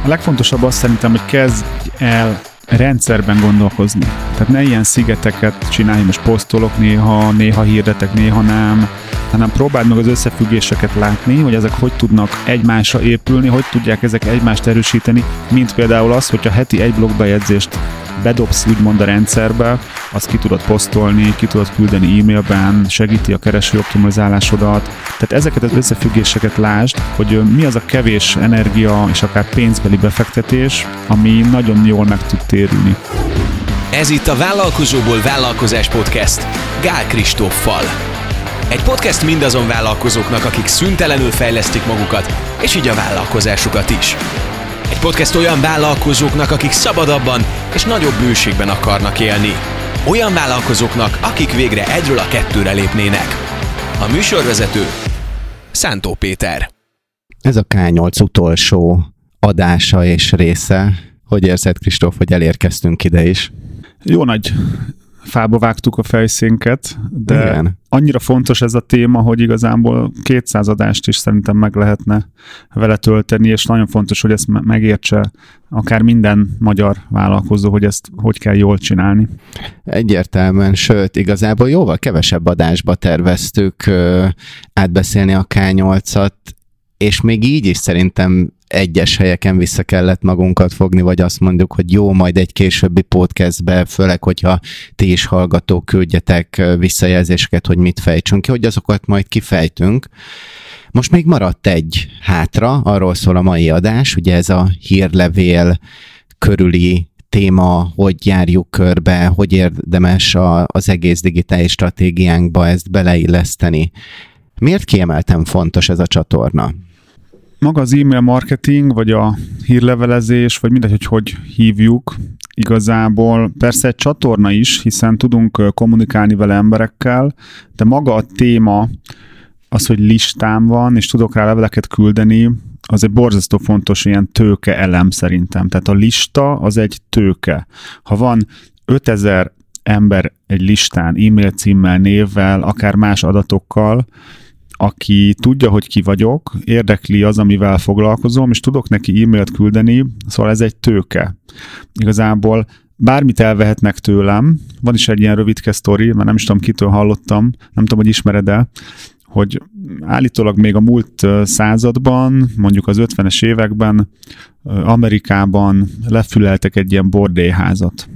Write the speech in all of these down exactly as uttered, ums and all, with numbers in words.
A legfontosabb az szerintem, hogy kezdj el rendszerben gondolkozni. Tehát ne ilyen szigeteket csinálj, most posztolok néha, néha hirdetek, néha nem, hanem próbáld meg az összefüggéseket látni, hogy ezek hogy tudnak egymásra épülni, hogy tudják ezek egymást erősíteni, mint például az, hogyha heti egy blogbejegyzést bedobsz úgymond a rendszerbe, azt ki tudod posztolni, ki tudod küldeni e-mailben, segíti a kereső optimalizálásodat. Tehát ezeket az összefüggéseket lásd, hogy mi az a kevés energia és akár pénzbeli befektetés, ami nagyon jól meg tud térülni. Ez itt a Vállalkozóból Vállalkozás Podcast Gál Kristóffal. Egy podcast mindazon vállalkozóknak, akik szüntelenül fejlesztik magukat, és így a vállalkozásukat is. Egy podcast olyan vállalkozóknak, akik szabadabban és nagyobb bőségben akarnak élni. Olyan vállalkozóknak, akik végre egyről a kettőre lépnének. A műsorvezető Szántó Péter. Ez a ká nyolc utolsó adása és része. Hogy érzed, Kristóf, hogy elérkeztünk ide is? Jó nagy fába vágtuk a fejszénket, de igen, annyira fontos ez a téma, hogy igazából kétszáz adást is szerintem meg lehetne vele tölteni, és nagyon fontos, hogy ezt megértse akár minden magyar vállalkozó, hogy ezt hogy kell jól csinálni. Egyértelműen, sőt, igazából jóval kevesebb adásba terveztük ö, átbeszélni a ká nyolcat, és még így is szerintem egyes helyeken vissza kellett magunkat fogni, vagy azt mondjuk, hogy jó, majd egy későbbi podcastbe, főleg, hogyha ti is hallgatók küldjetek visszajelzéseket, hogy mit fejtsünk ki, hogy azokat majd kifejtünk. Most még maradt egy hátra, arról szól a mai adás, ugye ez a hírlevél körüli téma, hogy járjuk körbe, hogy érdemes a, az egész digitális stratégiánkba ezt beleilleszteni. Miért kiemeltem fontos ez a csatorna? Maga az e-mail marketing, vagy a hírlevelezés, vagy mindegy, hogy hogy hívjuk, igazából persze egy csatorna is, hiszen tudunk kommunikálni vele emberekkel, de maga a téma, az, hogy listám van, és tudok rá leveleket küldeni, az egy borzasztó fontos ilyen tőke elem szerintem. Tehát a lista az egy tőke. Ha van ötezer ember egy listán, e-mail címmel, névvel, akár más adatokkal, aki tudja, hogy ki vagyok, érdekli az, amivel foglalkozom, és tudok neki e-mailt küldeni, szóval ez egy tőke. Igazából bármit elvehetnek tőlem, van is egy ilyen rövidke sztori, mert nem is tudom, kitől hallottam, nem tudom, hogy ismered-e, hogy állítólag még a múlt században, mondjuk az ötvenes években Amerikában lefüleltek egy ilyen bordélyházat.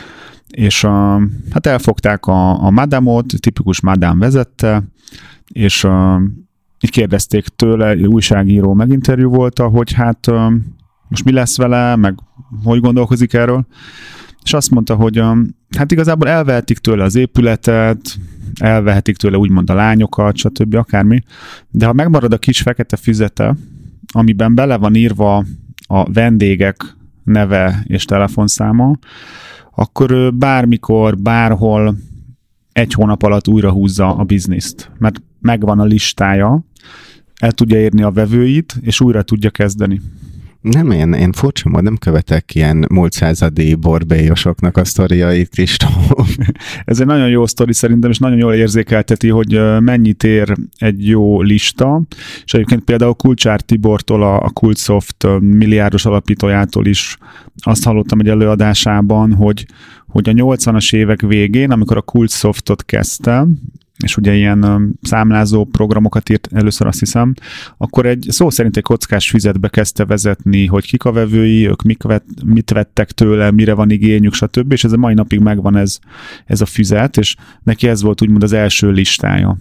És a, hát elfogták a, a madamot, tipikus madám vezette, és uh, így kérdezték tőle, újságíró meginterjú volt, hogy hát uh, most mi lesz vele, meg hogy gondolkozik erről, és azt mondta, hogy uh, hát igazából elvehetik tőle az épületet, elvehetik tőle úgymond a lányokat, stb. Akármi, de ha megmarad a kis fekete füzete, amiben bele van írva a vendégek neve és telefonszáma, akkor ő bármikor, bárhol egy hónap alatt újra húzza a bizniszt, mert megvan a listája, el tudja érni a vevőit, és újra tudja kezdeni. Nem, én, én furcsa módon nem követek ilyen múlt századi borbélyosoknak a sztoriait, Kristóf. Ez egy nagyon jó sztori szerintem, és nagyon jól érzékelteti, hogy mennyit ér egy jó lista, és egyébként például Kulcsár Tibortól, a, a Kultsoft milliárdos alapítójától is azt hallottam egy előadásában, hogy, hogy a nyolcvanas évek végén, amikor a Kultsoftot kezdte, és ugye ilyen számlázó programokat írt először, azt hiszem, akkor egy szó szerint egy kockás füzetbe kezdte vezetni, hogy kik a vevői, ők mik vett, mit vettek tőle, mire van igényük, stb. És ez a mai napig megvan ez, ez a füzet, és neki ez volt úgymond az első listája.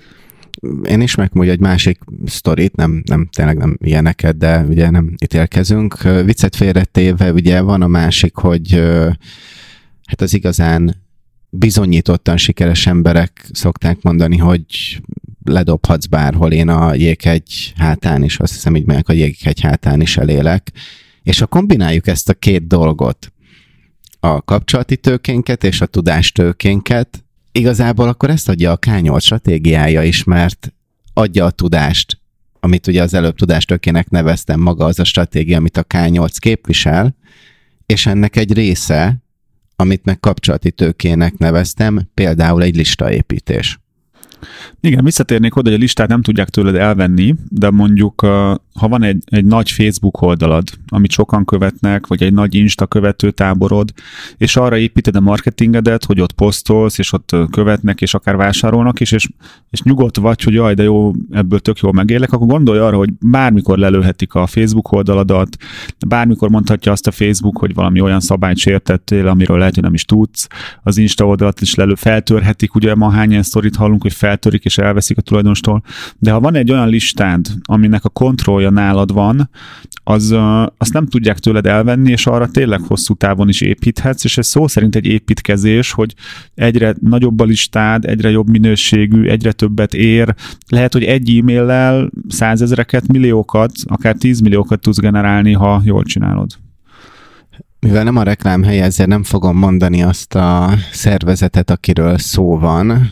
Én ismerek úgy egy másik sztorit, nem, nem, tényleg nem ilyeneket, de ugye nem ítélkezünk. Viccet félretéve, ugye van a másik, hogy hát az igazán bizonyítottan sikeres emberek szokták mondani, hogy ledobhatsz bárhol, én a jéghegy hátán is, azt hiszem így megyek, a jéghegy hátán is elélek, és ha kombináljuk ezt a két dolgot, a kapcsolati tőkénket és a tudástőkénket, igazából akkor ezt adja a ká nyolc stratégiája is, mert adja a tudást, amit ugye az előbb tudástőkének neveztem, maga az a stratégia, amit a ká nyolc képvisel, és ennek egy része, amit meg kapcsolati tőkének neveztem, például egy listaépítés. Igen, visszatérnék oda, hogy a listát nem tudják tőled elvenni, de mondjuk, ha van egy, egy nagy Facebook oldalad, amit sokan követnek, vagy egy nagy Insta követő táborod, és arra építed a marketingedet, hogy ott posztolsz, és ott követnek, és akár vásárolnak is, és, és nyugodt vagy, hogy jaj, de jó, ebből tök jól megélek, akkor gondolj arra, hogy bármikor lelőhetik a Facebook oldaladat, bármikor mondhatja azt a Facebook, hogy valami olyan szabályt sértettél, amiről lehet, hogy nem is tudsz, az Insta oldalat is lelő, feltörhetik, ugye ma hány ilyen sztorit hallunk, hogy feltörik és elveszik a tulajdonostól, de ha van egy olyan listád, aminek a kontrollja nálad van, az, azt nem tudják tőled elvenni, és arra tényleg hosszú távon is építhetsz, és ez szó szerint egy építkezés, hogy egyre nagyobb a listád, egyre jobb minőségű, egyre többet ér. Lehet, hogy egy e-maillel százezreket, milliókat, akár tízmilliókat tudsz generálni, ha jól csinálod. Mivel nem a reklámhelye, ezért nem fogom mondani azt a szervezetet, akiről szó van.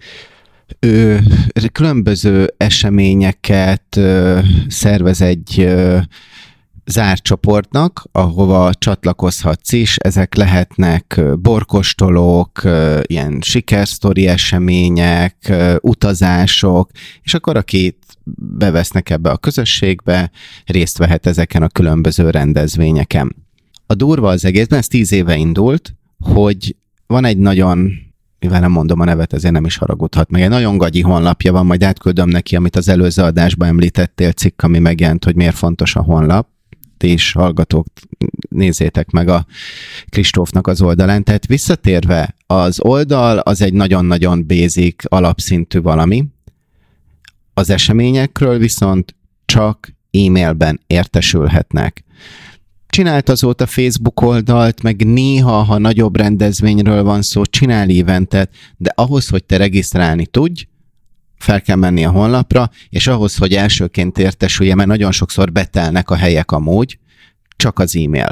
Ő különböző eseményeket ö, szervez egy ö, zárt csoportnak, ahova csatlakozhatsz is. Ezek lehetnek borkostolók, ö, ilyen sikersztori események, ö, utazások, és akkor akit bevesznek ebbe a közösségbe, részt vehet ezeken a különböző rendezvényeken. A durva az egészben, ez tíz éve indult, hogy van egy nagyon, mivel nem mondom a nevet, ezért nem is haragudhat meg, egy nagyon gagyi honlapja van, majd átküldöm neki, amit az előző adásban említettél, cikk, ami megjelent, hogy miért fontos a honlap. Ti is hallgatók, nézzétek meg a Kristófnak az oldalán. Tehát visszatérve, az oldal az egy nagyon-nagyon basic, alapszintű valami. Az eseményekről viszont csak e-mailben értesülhetnek. Csinált azóta Facebook oldalt, meg néha, ha nagyobb rendezvényről van szó, csinál eventet, de ahhoz, hogy te regisztrálni tudj, fel kell menni a honlapra, és ahhoz, hogy elsőként értesülje, mert nagyon sokszor betelnek a helyek amúgy, csak az e-mail.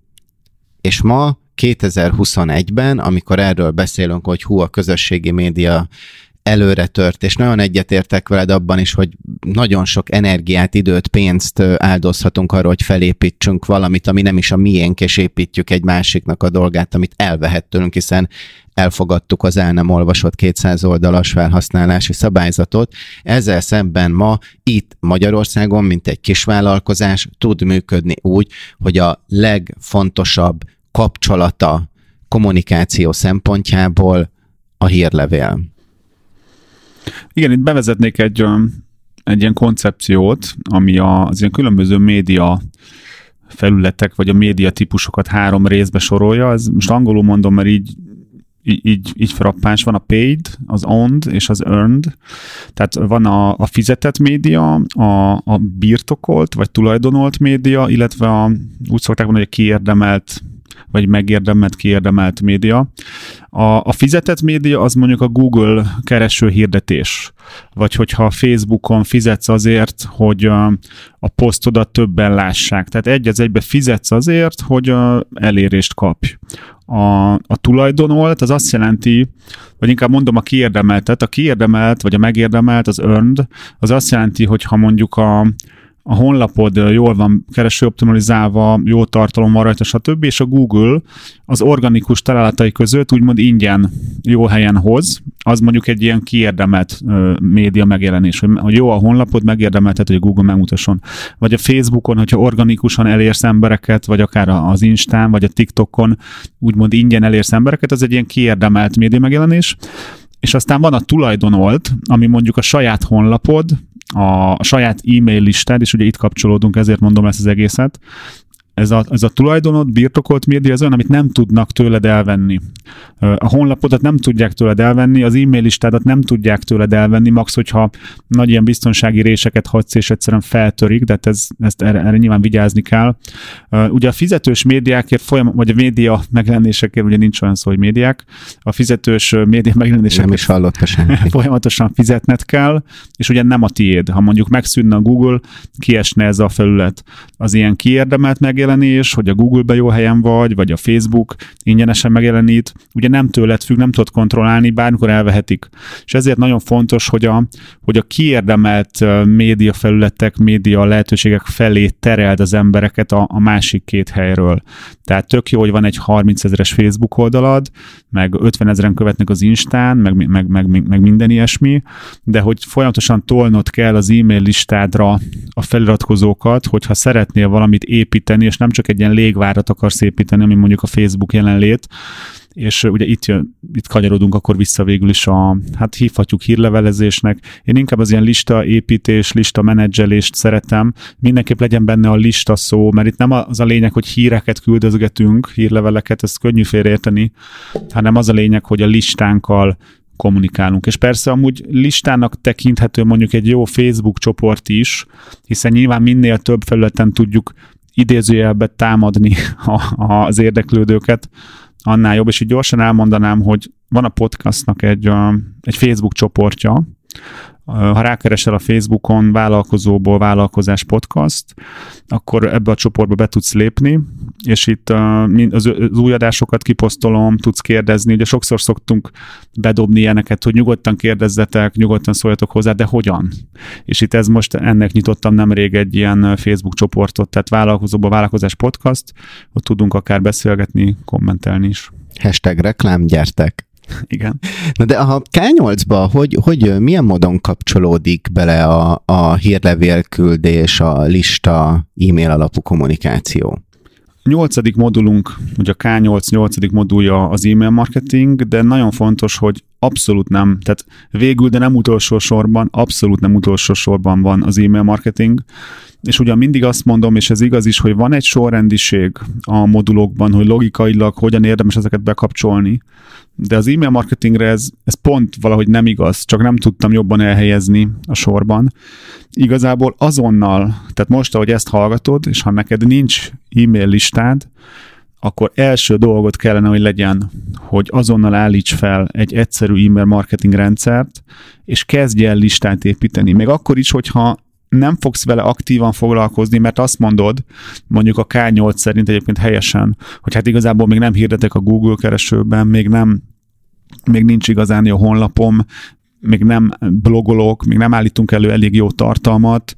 És ma kétezer-huszonegyben, amikor erről beszélünk, hogy hú, a közösségi média előre tört, és nagyon egyetértek veled abban is, hogy nagyon sok energiát, időt, pénzt áldozhatunk arra, hogy felépítsünk valamit, ami nem is a miénk, és építjük egy másiknak a dolgát, amit elvehet tőlünk, hiszen elfogadtuk az el nem olvasott kétszáz oldalas felhasználási szabályzatot. Ezzel szemben ma itt Magyarországon, mint egy kisvállalkozás tud működni úgy, hogy a legfontosabb kapcsolata kommunikáció szempontjából a hírlevél. Igen, itt bevezetnék egy, egy ilyen koncepciót, ami az ilyen különböző média felületek, vagy a média típusokat három részbe sorolja. Ez most angolul mondom, mert így, így, így frappáns. Van a paid, az owned és az earned. Tehát van a, a fizetett média, a, a birtokolt, vagy tulajdonolt média, illetve a, úgy szokták mondani, hogy a kiérdemelt vagy megérdemelt, kiérdemelt média. A, a fizetett média az mondjuk a Google kereső hirdetés, vagy hogyha a Facebookon fizetsz azért, hogy a, a posztodat többen lássák. Tehát egy az egybe fizetsz azért, hogy a elérést kapj. A, a tulajdonolt az azt jelenti, vagy inkább mondom a kiérdemeltet, a kiérdemelt, vagy a megérdemelt, az earned, az azt jelenti, hogy ha mondjuk a a honlapod jól van keresőoptimalizálva, jó tartalom van rajta, stb. És a Google az organikus találatai között úgymond ingyen jó helyen hoz, az mondjuk egy ilyen kiérdemelt uh, média megjelenés, hogy, hogy jó a honlapod, megérdemeltet, hogy a Google megmutasson. Vagy a Facebookon, hogyha organikusan elérsz embereket, vagy akár az Instán, vagy a TikTokon úgymond ingyen elérsz embereket, az egy ilyen kiérdemelt média megjelenés. És aztán van a tulajdonolt, ami mondjuk a saját honlapod, a saját e-mail listád, és ugye itt kapcsolódunk, ezért mondom ezt az egészet. Ez a, ez a tulajdonod, birtokolt média, ez olyan, amit nem tudnak tőled elvenni. A honlapodat nem tudják tőled elvenni, az e-mail listádat nem tudják tőled elvenni, max, hogyha nagy ilyen biztonsági réseket hagysz, és egyszerűen feltörik, de ez, ezt erre, erre nyilván vigyázni kell. Ugye a fizetős médiákért, folyam, vagy a média megjelenésekért, ugye nincs olyan szó, hogy médiák, a fizetős média megjelenésekért nem is hallotta senki. Folyamatosan fizetned kell, és ugye nem a tiéd. Ha mondjuk megszűnne a Google, kiesne ez a felület. Az ilyen kiérdemelt meg megjelenés, hogy a Google-be jó helyen vagy, vagy a Facebook ingyenesen megjelenít, ugye nem tőled függ, nem tudod kontrollálni, bármikor elvehetik. És ezért nagyon fontos, hogy a, hogy a kiérdemelt média felületek, média lehetőségek felé tereld az embereket a, a másik két helyről. Tehát tök jó, hogy van egy harmincezeres Facebook oldalad, meg ötvenezeren követnek az Instán, meg, meg, meg, meg minden ilyesmi, de hogy folyamatosan tolnod kell az e-mail listádra a feliratkozókat, hogyha szeretnél valamit építeni, és nem csak egy ilyen légvárat akarsz építeni, ami mondjuk a Facebook jelenlét, és ugye itt, jön, itt kanyarodunk akkor vissza végül is a, hát hívhatjuk hírlevelezésnek. Én inkább az ilyen lista építés, lista menedzselést szeretem. Mindenképp legyen benne a lista szó, mert itt nem az a lényeg, hogy híreket küldözgetünk, hírleveleket, ezt könnyű félreérteni, hanem az a lényeg, hogy a listánkkal kommunikálunk. És persze amúgy listának tekinthető mondjuk egy jó Facebook csoport is, hiszen nyilván minél több felületen tudjuk idézőjelbe támadni a, a, az érdeklődőket, annál jobb, és így gyorsan elmondanám, hogy van a podcastnak egy, egy Facebook csoportja, ha rákeresel a Facebookon vállalkozóból vállalkozás podcast, akkor ebbe a csoportba be tudsz lépni, és itt az új adásokat kiposztolom, tudsz kérdezni, ugye sokszor szoktunk bedobni ilyeneket, hogy nyugodtan kérdezzetek, nyugodtan szóljatok hozzá, de hogyan? És itt ez most ennek nyitottam nemrég egy ilyen Facebook csoportot, tehát vállalkozóból vállalkozás podcast, ott tudunk akár beszélgetni, kommentelni is. Hashtag reklám, gyertek! Igen. Na de a ká nyolcba hogy, hogy milyen módon kapcsolódik bele a, a hírlevélküldés, a lista, e-mail alapú kommunikáció? Nyolcadik modulunk, ugye a ká nyolc nyolcadik modulja az e-mail marketing, de nagyon fontos, hogy abszolút nem, tehát végül, de nem utolsó sorban, abszolút nem utolsó sorban van az e-mail marketing, és ugyan mindig azt mondom, és ez igaz is, hogy van egy sorrendiség a modulokban, hogy logikailag hogyan érdemes ezeket bekapcsolni, de az e-mail marketingre ez, ez pont valahogy nem igaz, csak nem tudtam jobban elhelyezni a sorban. Igazából azonnal, tehát most, ahogy ezt hallgatod, és ha neked nincs e-mail listád, akkor első dolgot kellene, hogy legyen, hogy azonnal állíts fel egy egyszerű e-mail marketing rendszert, és kezdj el listát építeni. Még akkor is, hogyha nem fogsz vele aktívan foglalkozni, mert azt mondod, mondjuk a ká nyolc szerint egyébként helyesen, hogy hát igazából még nem hirdetek a Google keresőben, még nem, még nincs igazán jó honlapom, még nem blogolok, még nem állítunk elő elég jó tartalmat,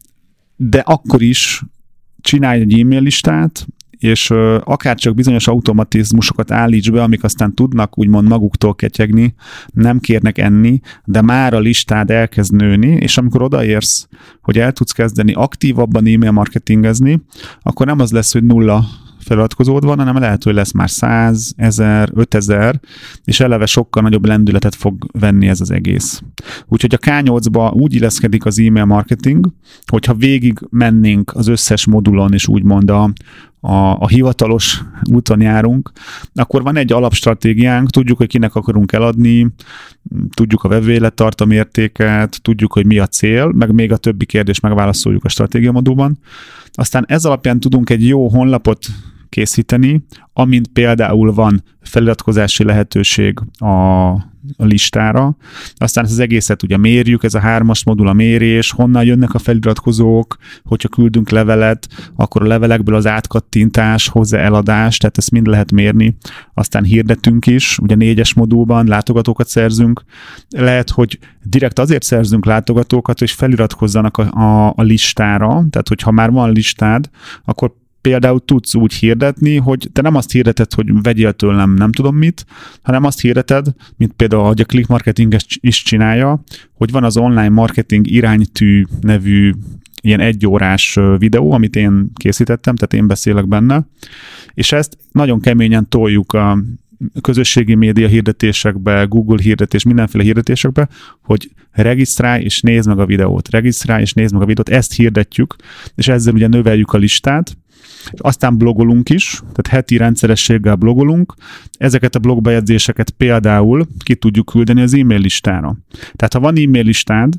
de akkor is csinálj egy e-mail listát, és uh, akár csak bizonyos automatizmusokat állíts be, amik aztán tudnak úgymond maguktól ketyegni, nem kérnek enni, de már a listád elkezd nőni, és amikor odaérsz, hogy el tudsz kezdeni aktívabban e-mail marketingezni, akkor nem az lesz, hogy nulla feliratkozód van, hanem lehet, hogy lesz már száz, ezer, ötezer, és eleve sokkal nagyobb lendületet fog venni ez az egész. Úgyhogy a ká nyolcba úgy illeszkedik az e-mail marketing, hogyha végig mennénk az összes modulon, és úgymond a, a, a hivatalos úton járunk, akkor van egy alapstratégiánk, tudjuk, hogy kinek akarunk eladni, tudjuk a vevőélettartam értéket, tudjuk, hogy mi a cél, meg még a többi kérdést megválaszoljuk a stratégia modulban. Aztán ez alapján tudunk egy jó honlapot készíteni, amint például van feliratkozási lehetőség a, a listára. Aztán ezt az egészet ugye mérjük, ez a hármas modul a mérés, honnan jönnek a feliratkozók, hogyha küldünk levelet, akkor a levelekből az átkattintás, hozzá eladás, tehát ezt mind lehet mérni. Aztán hirdetünk is, ugye négyes modulban látogatókat szerzünk. Lehet, hogy direkt azért szerzünk látogatókat, hogy feliratkozzanak a, a, a listára, tehát hogyha már van listád, akkor például tudsz úgy hirdetni, hogy te nem azt hirdeted, hogy vegyél tőlem nem tudom mit, hanem azt hirdeted, mint például, hogy a Click Marketing is csinálja, hogy van az online marketing iránytű nevű ilyen egyórás videó, amit én készítettem, tehát én beszélek benne, és ezt nagyon keményen toljuk a közösségi média hirdetésekbe, Google hirdetés, mindenféle hirdetésekbe, hogy regisztrálj és nézd meg a videót, regisztrálj és nézd meg a videót, ezt hirdetjük, és ezzel ugye növeljük a listát, és aztán blogolunk is, tehát heti rendszerességgel blogolunk, ezeket a blogbejegyzéseket például ki tudjuk küldeni az e-mail listára. Tehát ha van e-mail listád,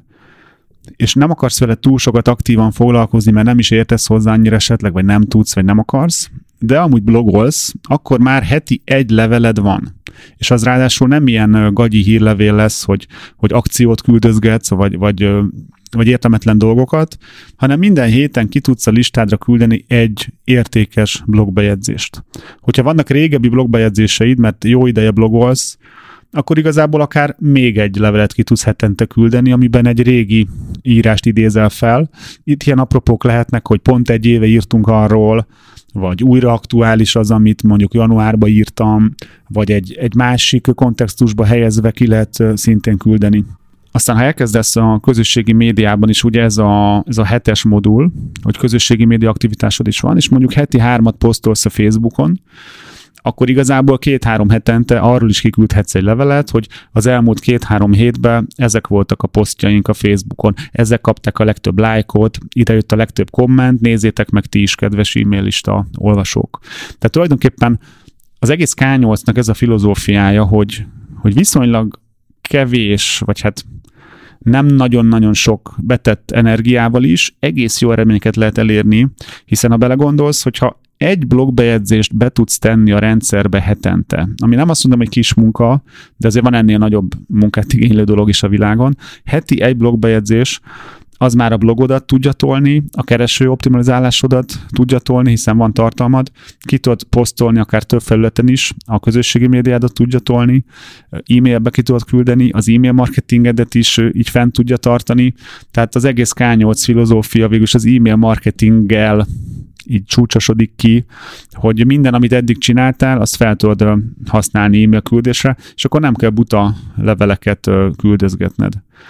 és nem akarsz vele túl sokat aktívan foglalkozni, mert nem is értesz hozzá annyira esetleg, vagy nem tudsz, vagy nem akarsz, de amúgy blogolsz, akkor már heti egy leveled van. És az ráadásul nem ilyen gagyi hírlevél lesz, hogy, hogy akciót küldözgetsz, vagy, vagy vagy értelmetlen dolgokat, hanem minden héten ki tudsz a listádra küldeni egy értékes blogbejegyzést. Hogyha vannak régebbi blogbejegyzéseid, mert jó ideje blogolsz, akkor igazából akár még egy levelet ki tudsz hetente küldeni, amiben egy régi írást idézel fel. Itt ilyen apropók lehetnek, hogy pont egy éve írtunk arról, vagy újra aktuális az, amit mondjuk januárban írtam, vagy egy, egy másik kontextusba helyezve ki lehet szintén küldeni. Aztán, ha elkezdesz a közösségi médiában is, ugye ez a, ez a hetes modul, hogy közösségi média aktivitásod is van, és mondjuk heti hármat posztolsz a Facebookon, akkor igazából két-három hetente arról is kiküldhetsz egy levelet, hogy az elmúlt két-három hétben ezek voltak a posztjaink a Facebookon, ezek kapták a legtöbb lájkot, ide jött a legtöbb komment, nézzétek meg ti is, kedves e-mailista olvasók. Tehát tulajdonképpen az egész ká nyolcnak ez a filozófiája, hogy, hogy viszonylag kevés, vagy hát nem nagyon-nagyon sok betett energiával is egész jó eredményeket lehet elérni, hiszen ha belegondolsz, hogyha egy blogbejegyzést be tudsz tenni a rendszerbe hetente, ami nem azt mondom, hogy kis munka, de azért van ennél nagyobb munkát igénylő dolog is a világon. Heti egy blogbejegyzés, az már a blogodat tudja tolni, a kereső optimalizálásodat tudja tolni, hiszen van tartalmad, ki tudod posztolni akár több felületen is, a közösségi médiádat tudja tolni, e-mailbe ki tudod küldeni, az e-mail marketingedet is így fent tudja tartani, tehát az egész ká nyolc filozófia végülis az e-mail marketinggel így csúcsosodik ki, hogy minden, amit eddig csináltál, azt fel tudod használni e-mail küldésre, és akkor nem kell buta leveleket küldözgetned.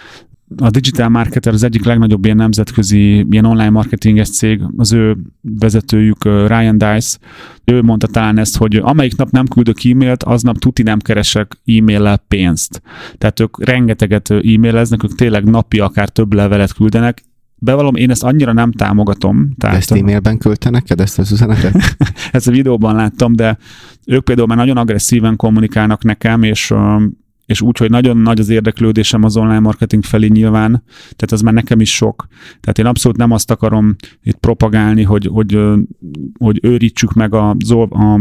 A Digital Marketer az egyik legnagyobb ilyen nemzetközi ilyen online marketinges cég, az ő vezetőjük Ryan Deiss, ő mondta talán ezt, hogy amelyik nap nem küldök e-mailt, aznap tuti nem keresek e-maillel pénzt. Tehát ők rengeteget e-maileznek, ők tényleg napi akár több levelet küldenek. Bevallom, én ezt annyira nem támogatom. Tehát, ezt e-mailben küldte neked, ezt az üzenetet? Ezt a videóban láttam, de ők például már nagyon agresszíven kommunikálnak nekem, és és úgy, hogy nagyon nagy az érdeklődésem az online marketing felé nyilván, tehát az már nekem is sok. Tehát én abszolút nem azt akarom itt propagálni, hogy, hogy, hogy őrítsük meg a, a,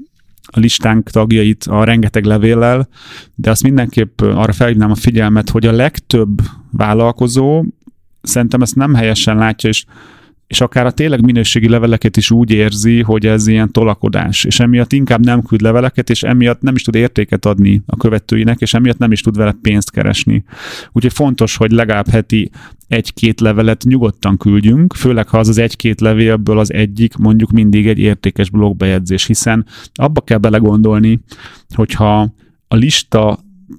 a listánk tagjait a rengeteg levéllel, de azt mindenképp arra felhívnám a figyelmet, hogy a legtöbb vállalkozó szerintem ezt nem helyesen látja, és és akár a tényleg minőségi leveleket is úgy érzi, hogy ez ilyen tolakodás, és emiatt inkább nem küld leveleket, és emiatt nem is tud értéket adni a követőinek, és emiatt nem is tud vele pénzt keresni. Úgyhogy fontos, hogy legalább heti egy-két levelet nyugodtan küldjünk, főleg ha az az egy-két levélből az egyik mondjuk mindig egy értékes blogbejegyzés, hiszen abba kell belegondolni, hogyha a lista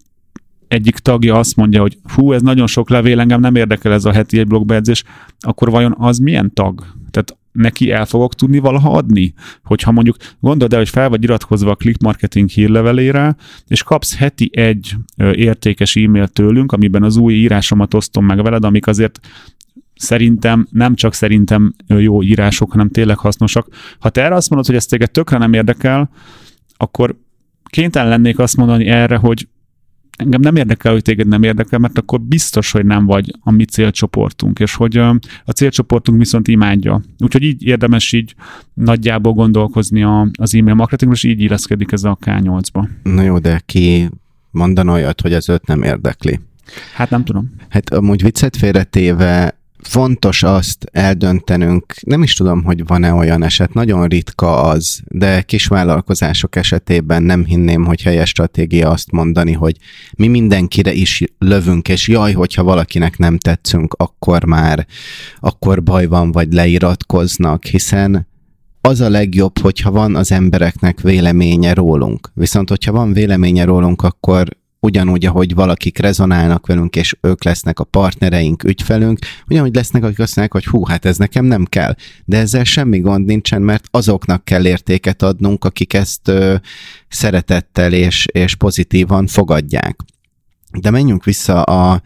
egyik tagja azt mondja, hogy hú, ez nagyon sok levél, engem nem érdekel ez a heti egy blogbejegyzés, akkor vajon az milyen tag? Tehát neki el fogok tudni valaha adni? Hogyha mondjuk gondold el, hogy fel vagy iratkozva a Click Marketing hírlevelére, és kapsz heti egy értékes e-mail tőlünk, amiben az új írásomat osztom meg veled, amik azért szerintem, nem csak szerintem jó írások, hanem tényleg hasznosak. Ha te erre azt mondod, hogy ez téged tökre nem érdekel, akkor kénytelen lennék azt mondani erre, hogy engem nem érdekel, hogy téged nem érdekel, mert akkor biztos, hogy nem vagy a mi célcsoportunk, és hogy a célcsoportunk viszont imádja. Úgyhogy így érdemes így nagyjából gondolkozni az e-mail marketingről, és így illeszkedik ez a ká nyolcba. Na jó, de ki mondana olyat, hogy ez őt nem érdekli? Hát nem tudom. Hát amúgy viccet félretéve fontos azt eldöntenünk, nem is tudom, hogy van-e olyan eset, nagyon ritka az, de kisvállalkozások esetében nem hinném, hogy helyes stratégia azt mondani, hogy mi mindenkire is lövünk, és jaj, hogyha valakinek nem tetszünk, akkor már, akkor baj van, vagy leiratkoznak, hiszen az a legjobb, hogyha van az embereknek véleménye rólunk. Viszont, hogyha van véleménye rólunk, akkor ugyanúgy, ahogy valakik rezonálnak velünk, és ők lesznek a partnereink, ügyfelünk, ugyanúgy lesznek, akik azt mondják, hogy hú, hát ez nekem nem kell. De ezzel semmi gond nincsen, mert azoknak kell értéket adnunk, akik ezt ö, szeretettel és, és pozitívan fogadják. De menjünk vissza a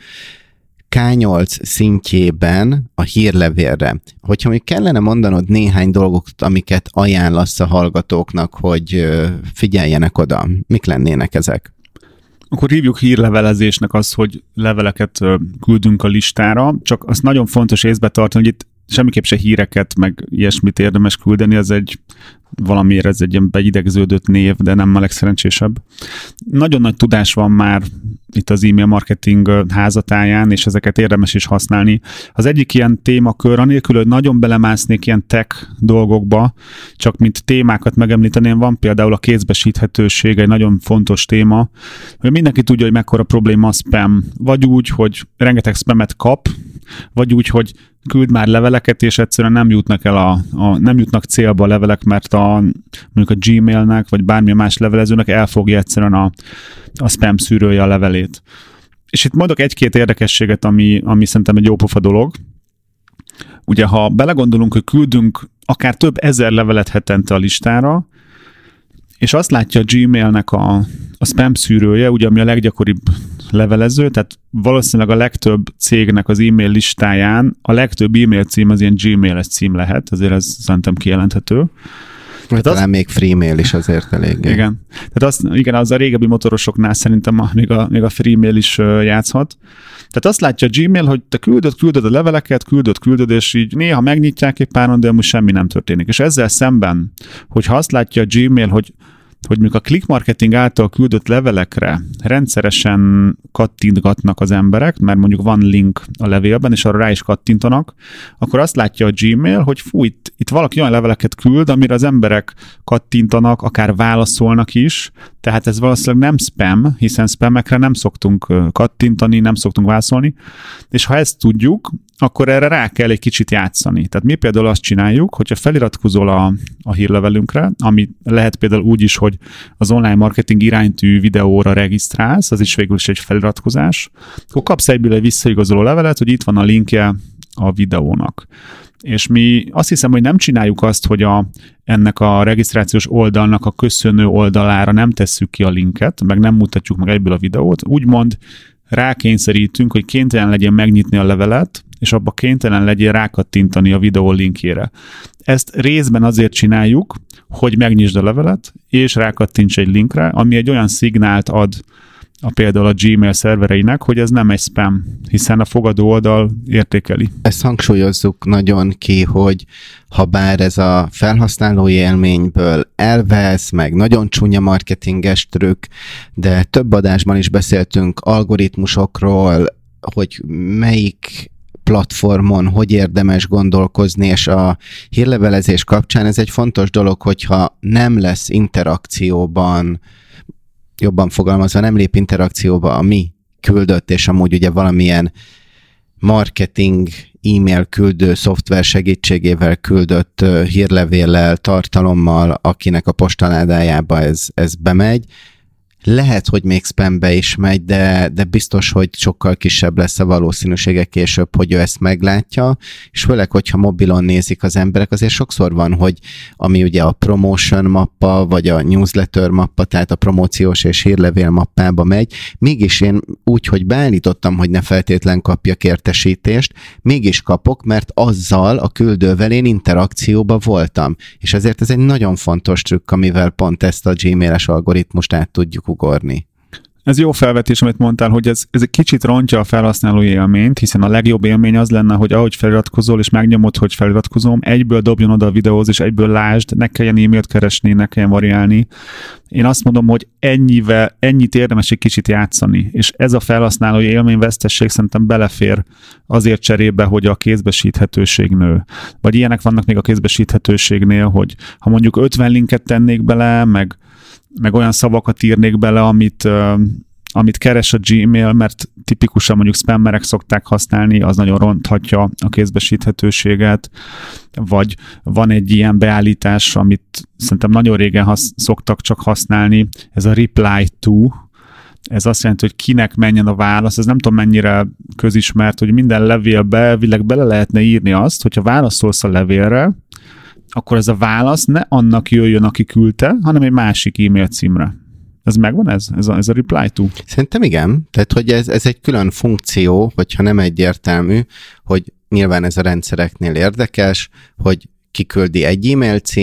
ká nyolc szintjében a hírlevélre. Hogyha még kellene mondanod néhány dolgot, amiket ajánlasz a hallgatóknak, hogy figyeljenek oda, mik lennének ezek? Akkor hívjuk hírlevelezésnek az, hogy leveleket küldünk a listára, csak azt nagyon fontos észbe tartani, hogy itt semmiképp se híreket, meg ilyesmit érdemes küldeni, ez egy Valamiért ez egy ilyen beidegződött név, de nem a legszerencsésebb. Nagyon nagy tudás van már itt az e-mail marketing házatáján, és ezeket érdemes is használni. Az egyik ilyen témakör, anélkül, hogy nagyon belemásznék ilyen tech dolgokba, csak mint témákat megemlíteném, van például a kézbesíthetőség, egy nagyon fontos téma, hogy mindenki tudja, hogy mekkora probléma a spam. Vagy úgy, hogy rengeteg spamet kap, vagy úgy, hogy küld már leveleket, és egyszerűen nem jutnak el a, a nem jutnak célba a levelek, mert a, mondjuk a Gmailnek, vagy bármilyen más levelezőnek elfogja egyszerűen a, a spam szűrője a levelét. És itt mondok egy-két érdekességet, ami, ami szerintem egy jópofa dolog. Ugye, ha belegondolunk, hogy küldünk akár több ezer levelet hetente a listára, és azt látja a Gmailnek a, a spam szűrője, ugye, ami a leggyakoribb levelező, tehát valószínűleg a legtöbb cégnek az e-mail listáján a legtöbb e-mail cím az ilyen Gmail-es cím lehet, azért ez szerintem kijelenthető. Talán az... még Freemail is azért elég. Igen. Tehát azt, igen, az a régebbi motorosoknál szerintem a, még, a, még a Freemail is játszhat. Tehát azt látja a Gmail, hogy te küldöd, küldöd a leveleket, küldöd, küldöd, és így néha megnyitják egy páron, de most semmi nem történik. És ezzel szemben, hogyha azt látja a Gmail, hogy hogy mondjuk a click marketing által küldött levelekre rendszeresen kattintgatnak az emberek, mert mondjuk van link a levélben, és arra rá is kattintanak, akkor azt látja a Gmail, hogy fú, itt, itt valaki olyan leveleket küld, amire az emberek kattintanak, akár válaszolnak is, tehát ez valószínűleg nem spam, hiszen spamekre nem szoktunk kattintani, nem szoktunk válaszolni, és ha ezt tudjuk, akkor erre rá kell egy kicsit játszani. Tehát mi például azt csináljuk, hogyha feliratkozol a, a hírlevelünkre, ami lehet például úgy is, hogy az online marketing iránytű videóra regisztrálsz, az is végül is egy feliratkozás, akkor kapsz egyből egy visszaigazoló levelet, hogy itt van a linkje a videónak. És mi azt hiszem, hogy nem csináljuk azt, hogy a, ennek a regisztrációs oldalnak a köszönő oldalára nem tesszük ki a linket, meg nem mutatjuk meg egyből a videót, úgymond rákényszerítünk, hogy kénytelen legyen megnyitni a levelet, és abba kénytelen legyen rákattintani a videó linkjére. Ezt részben azért csináljuk, hogy megnyisd a levelet, és rákattints egy linkre, ami egy olyan szignált ad a például a Gmail szervereinek, hogy ez nem egy spam, hiszen a fogadó oldal értékeli. Ezt hangsúlyozzuk nagyon ki, hogy ha bár ez a felhasználói élményből elvesz, meg nagyon csúnya marketinges trükk, de több adásban is beszéltünk algoritmusokról, hogy melyik platformon hogy érdemes gondolkozni, és a hírlevelezés kapcsán ez egy fontos dolog, hogyha nem lesz interakcióban, jobban fogalmazva, nem lép interakcióba a mi küldött, és amúgy ugye valamilyen marketing e-mail küldő szoftver segítségével küldött hírlevéllel, tartalommal, akinek a postaládájába ez, ez bemegy. Lehet, hogy még spambe is megy, de, de biztos, hogy sokkal kisebb lesz a valószínűsége később, hogy ő ezt meglátja, és főleg, hogyha mobilon nézik az emberek, azért sokszor van, hogy ami ugye a promotion mappa, vagy a newsletter mappa, tehát a promóciós és hírlevél mappába megy, mégis én úgy, hogy beállítottam, hogy ne feltétlen kapjak értesítést, mégis kapok, mert azzal a küldővel én interakcióba voltam. És ezért ez egy nagyon fontos trükk, amivel pont ezt a Gmail-es algoritmust át tudjuk ugorni. Ez jó felvetés, amit mondtál, hogy ez, ez egy kicsit rontja a felhasználói élményt, hiszen a legjobb élmény az lenne, hogy ahogy feliratkozol, és megnyomod, hogy feliratkozom, egyből dobjon oda a videóhoz, és egyből lásd, ne kelljen e-mailt keresni, ne kelljen variálni. Én azt mondom, hogy ennyivel, ennyit érdemes egy kicsit játszani, és ez a felhasználói élményvesztesség szerintem belefér azért cserébe, hogy a kézbesíthetőség nő. Vagy ilyenek vannak még a kézbesíthetőségnél, hogy ha mondjuk ötven linket tennék bele, meg meg olyan szavakat írnék bele, amit, uh, amit keres a Gmail, mert tipikusan mondjuk spammerek szokták használni, az nagyon ronthatja a kézbesíthetőséget, vagy van egy ilyen beállítás, amit szerintem nagyon régen hasz, szoktak csak használni, ez a reply to, ez azt jelenti, hogy kinek menjen a válasz, ez nem tudom mennyire közismert, hogy minden levélbe elvileg bele lehetne írni azt, hogyha válaszolsz a levélre, akkor ez a válasz ne annak jöjjön, aki küldte, hanem egy másik e-mail címre. Ez megvan ez? Ez a, ez a reply to? Szerintem igen. Tehát, hogy ez, ez egy külön funkció, hogyha nem egyértelmű, hogy nyilván ez a rendszereknél érdekes, hogy kiküldi egy e-mail cím,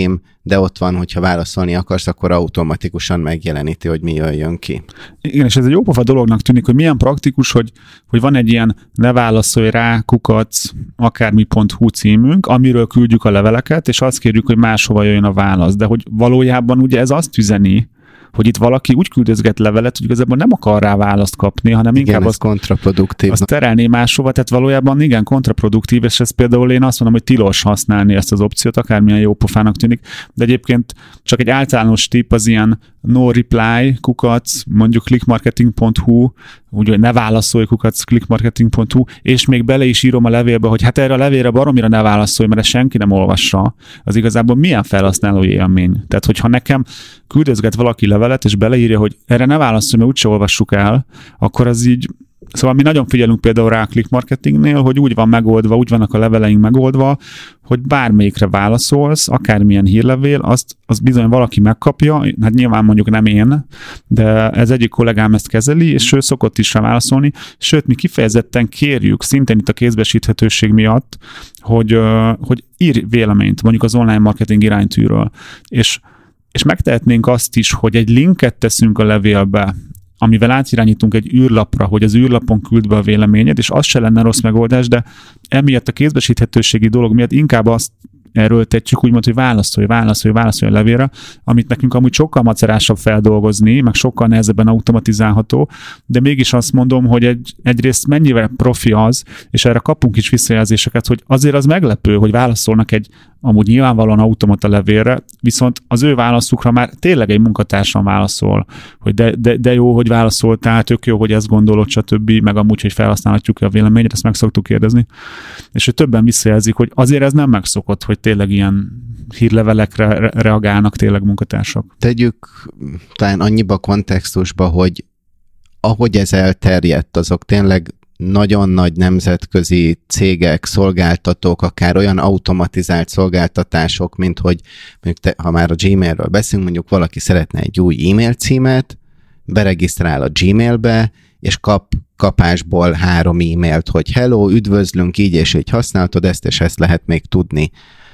de ott van, hogyha válaszolni akarsz, akkor automatikusan megjeleníti, hogy mi jöjjön ki. Igen, és ez egy jópofa dolognak tűnik, hogy milyen praktikus, hogy, hogy van egy ilyen ne válaszolj rá, kukac, akármi pont hu címünk, amiről küldjük a leveleket, és azt kérjük, hogy máshova jöjjön a válasz. De hogy valójában ugye ez azt üzeni, hogy itt valaki úgy küldözget levelet, hogy igazából nem akar rá választ kapni, hanem igen, inkább azt, kontraproduktív. azt terelné máshova, tehát valójában igen, kontraproduktív, és ez például én azt mondom, hogy tilos használni ezt az opciót, akármilyen jó pofának tűnik, de egyébként csak egy általános tipp az ilyen no reply, kukac, mondjuk clickmarketing pont hu, úgy, hogy ne válaszolj, kukac, clickmarketing pont hu, és még bele is írom a levélbe, hogy hát erre a levélre baromira ne válaszolj, mert ezt senki nem olvassa, az igazából milyen felhasználói élmény. Tehát, hogyha nekem küldözget valaki levelet, és beleírja, hogy erre ne válaszolj, mert úgyse olvassuk el, akkor az így. Szóval mi nagyon figyelünk például rá a click marketingnél, hogy úgy van megoldva, úgy vannak a leveleink megoldva, hogy bármelyikre válaszolsz, akármilyen hírlevél, azt, azt bizony valaki megkapja, hát nyilván mondjuk nem én, de ez egyik kollégám ezt kezeli, és ő szokott is rá válaszolni, sőt, mi kifejezetten kérjük, szintén itt a kézbesíthetőség miatt, hogy, hogy írj véleményt, mondjuk az online marketing iránytűről, és, és megtehetnénk azt is, hogy egy linket teszünk a levélbe, amivel átirányítunk egy űrlapra, hogy az űrlapon küld be a véleményed, és az se lenne rossz megoldás, de emiatt a kézbesíthetőségi dolog miatt inkább azt erőltetjük, úgymond, hogy válaszolj, válaszolj, válaszolj a levélre, amit nekünk amúgy sokkal macerásabb feldolgozni, meg sokkal nehezebben automatizálható, de mégis azt mondom, hogy egy, egyrészt mennyivel profi az, és erre kapunk is visszajelzéseket, hogy azért az meglepő, hogy válaszolnak egy amúgy nyilvánvalóan automata levélre, viszont az ő válaszukra már tényleg egy munkatársam válaszol, hogy de, de, de jó, hogy válaszoltál, tök jó, hogy ezt gondolod, stb., meg amúgy, hogy felhasználhatjuk a véleményet, ezt meg szoktuk kérdezni. És hogy többen visszajelzik, hogy azért ez nem megszokott, hogy tényleg ilyen hírlevelekre re- reagálnak tényleg munkatársak. Tegyük talán annyiba kontextusba, hogy ahogy ez elterjedt, azok tényleg nagyon nagy nemzetközi cégek, szolgáltatók, akár olyan automatizált szolgáltatások, mint hogy mondjuk te, ha már a Gmailről beszélünk, mondjuk valaki szeretne egy új e-mail címet, beregisztrál a Gmailbe, és kap kapásból három e-mailt, hogy hello, üdvözlünk, így és így használtad ezt, és ezt lehet még tudni.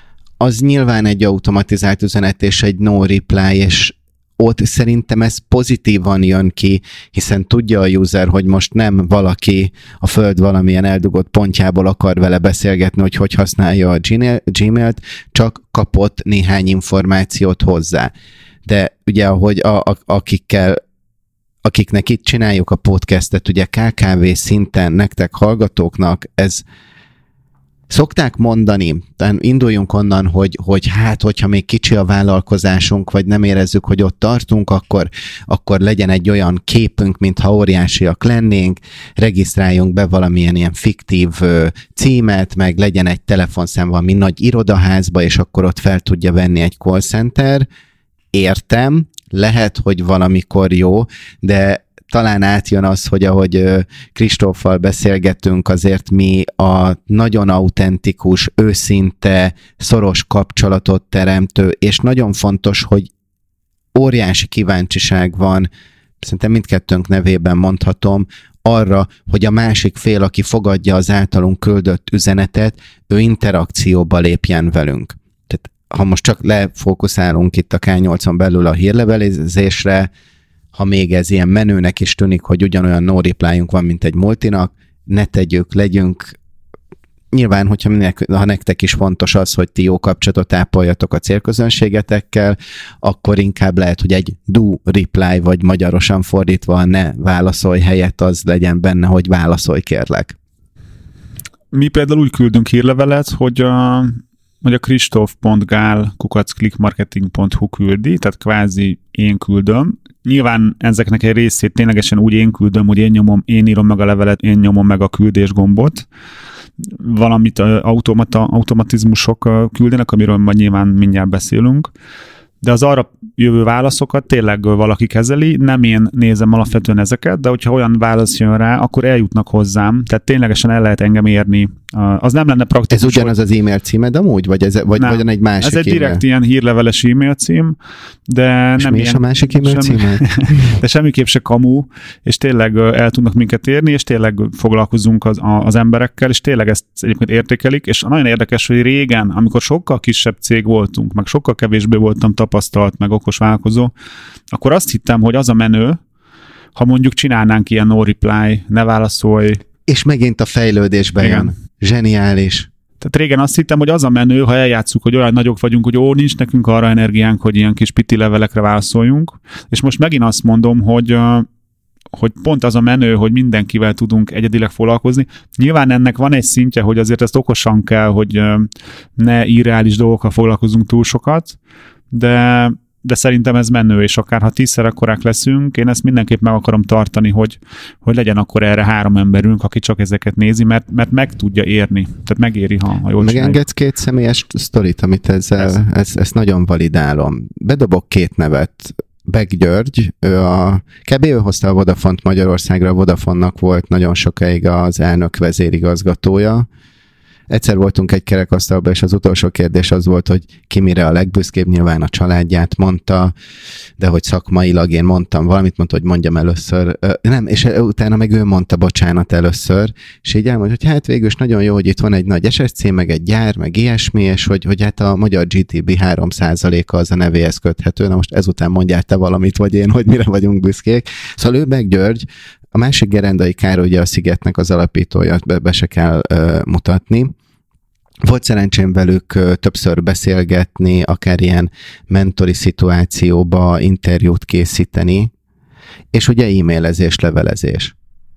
Az nyilván egy automatizált üzenet, és egy no reply, és ott szerintem ez pozitívan jön ki, hiszen tudja a user, hogy most nem valaki a föld valamilyen eldugott pontjából akar vele beszélgetni, hogy hogy használja a Gmailt, csak kapott néhány információt hozzá. De ugye, ahogy a, a, akikkel, akiknek itt csináljuk a podcastet, ugye ká ká vé szinten nektek hallgatóknak, ez szokták mondani, tehát induljunk onnan, hogy, hogy hát, hogyha még kicsi a vállalkozásunk, vagy nem érezzük, hogy ott tartunk, akkor, akkor legyen egy olyan képünk, mintha óriásiak lennénk, regisztráljunk be valamilyen ilyen fiktív címet, meg legyen egy telefonszám valami nagy irodaházba, és akkor ott fel tudja venni egy call center. Értem, lehet, hogy valamikor jó, de talán átjön az, hogy ahogy Kristóffal beszélgetünk, azért mi a nagyon autentikus, őszinte, szoros kapcsolatot teremtő, és nagyon fontos, hogy óriási kíváncsiság van, szerintem mindkettőnk nevében mondhatom, arra, hogy a másik fél, aki fogadja az általunk küldött üzenetet, ő interakcióba lépjen velünk. Tehát ha most csak lefókuszálunk itt a ká nyolcon belül a hírlevelezésre, ha még ez ilyen menőnek is tűnik, hogy ugyanolyan no reply-unk van, mint egy multinak, ne tegyük, legyünk. Nyilván, hogyha minek, ha nektek is fontos az, hogy ti jó kapcsolatot ápoljatok a célközönségetekkel, akkor inkább lehet, hogy egy do reply, vagy magyarosan fordítva ne válaszolj helyett az legyen benne, hogy válaszolj, kérlek. Mi például úgy küldünk hírlevelet, hogy a hogy a kristóf pont gál kukac clickmarketing pont hu küldi, tehát kvázi én küldöm. Nyilván ezeknek egy részét ténylegesen úgy én küldöm, hogy én nyomom, én írom meg a levelet, én nyomom meg a küldés gombot. Valamit automata, automatizmusok küldenek, amiről majd nyilván mindjárt beszélünk. de az arra jövő válaszokat tényleg valaki kezeli, nem én nézem alapvetően ezeket, de hogyha olyan válasz jön rá, akkor eljutnak hozzám, tehát ténylegesen el lehet engem érni. Az nem lenne praktikus. Ez ugyanaz az e-mail címed amúgy, vagy, ez, vagy, vagy egy másik ez egy e-mail? direkt ilyen hírleveles e-mail cím, de és nem mi ilyen, is a másik e-mail semmi, címed? de semmiképp se kamu, és tényleg el tudnak minket érni, és tényleg foglalkozunk az, az emberekkel, és tényleg ezt egyébként értékelik, és nagyon érdekes, hogy régen, amikor sokkal kisebb cég voltunk, meg sokkal kevésbé voltam tapasztalt, meg okos vállalkozó, akkor azt hittem, hogy az a menő, ha mondjuk csinálnánk ilyen no reply, ne válaszolj. És megint a fejlődésbe Igen. jön. Zseniális. Tehát régen azt hittem, hogy az a menő, ha eljátszuk, hogy olyan nagyok vagyunk, hogy ó, nincs nekünk arra energiánk, hogy ilyen kis piti levelekre válaszoljunk. És most megint azt mondom, hogy, hogy pont az a menő, hogy mindenkivel tudunk egyedileg foglalkozni. Nyilván ennek van egy szintje, hogy azért ezt okosan kell, hogy ne irreális dolgokkal foglalkozunk túl sokat, de de szerintem ez menő, és akár ha tízszer akkorák leszünk, én ezt mindenképp meg akarom tartani, hogy, hogy legyen akkor erre három emberünk, aki csak ezeket nézi, mert, mert meg tudja érni. Tehát megéri, ha, ha jól Megengedsz két személyes sztorit, amit ezzel, ez. ezt nagyon validálom. Bedobok két nevet. Beck György, ő a, kb. Ő hozta a Vodafont Magyarországra, a Vodafonnak volt nagyon sokáig az elnök vezérigazgatója. Egyszer voltunk egy kerekasztalban, és az utolsó kérdés az volt, hogy ki mire a legbüszkébb, nyilván a családját mondta, de hogy szakmailag én mondtam valamit, mondta, hogy mondjam először. Nem, és utána meg ő mondta bocsánat először, és így elmondta, hogy hát végül is nagyon jó, hogy itt van egy nagy es es cé, meg egy gyár, meg ilyesmi, és hogy, hogy hát a magyar gé dé pé három százaléka az a nevéhez köthető. Na most ezután mondjál te valamit, vagy én, hogy mire vagyunk büszkék. Szóval ő Beck György, a másik Gerendai Károly, ugye a Szigetnek az alapítója, be, be se kell uh, mutatni. Volt szerencsém velük uh, többször beszélgetni, akár ilyen mentori szituációba interjút készíteni, és ugye e-mailezés, levelezés.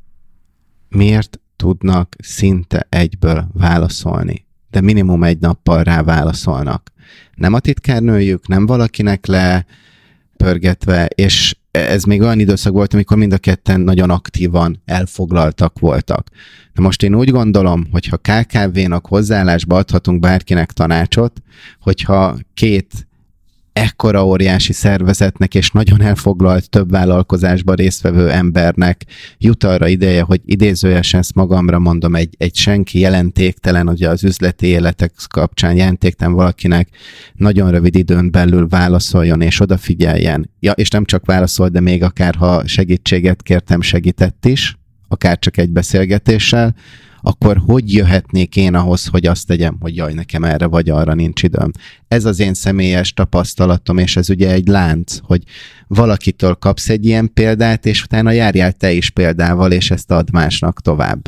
Miért tudnak szinte egyből válaszolni? De minimum egy nappal rá válaszolnak. Nem a titkárnőjük, nem valakinek lepörgetve, és ez még olyan időszak volt, amikor mind a ketten nagyon aktívan elfoglaltak voltak. De most én úgy gondolom, hogyha ká ká vé-nak hozzáállásba adhatunk bárkinek tanácsot, hogyha két ekkora óriási szervezetnek és nagyon elfoglalt több vállalkozásban résztvevő embernek jut arra ideje, hogy idézőjesen ezt magamra mondom, egy, egy senki jelentéktelen, ugye az üzleti életek kapcsán jelentéktelen valakinek nagyon rövid időn belül válaszoljon és odafigyeljen. Ja, és nem csak válaszol, de még akár ha segítséget kértem, segített is, akár csak egy beszélgetéssel, akkor hogy jöhetnék én ahhoz, hogy azt tegyem, hogy jaj, nekem erre vagy arra nincs időm. Ez az én személyes tapasztalatom, és ez ugye egy lánc, hogy valakitől kapsz egy ilyen példát, és utána járjál te is példával, és ezt add másnak tovább.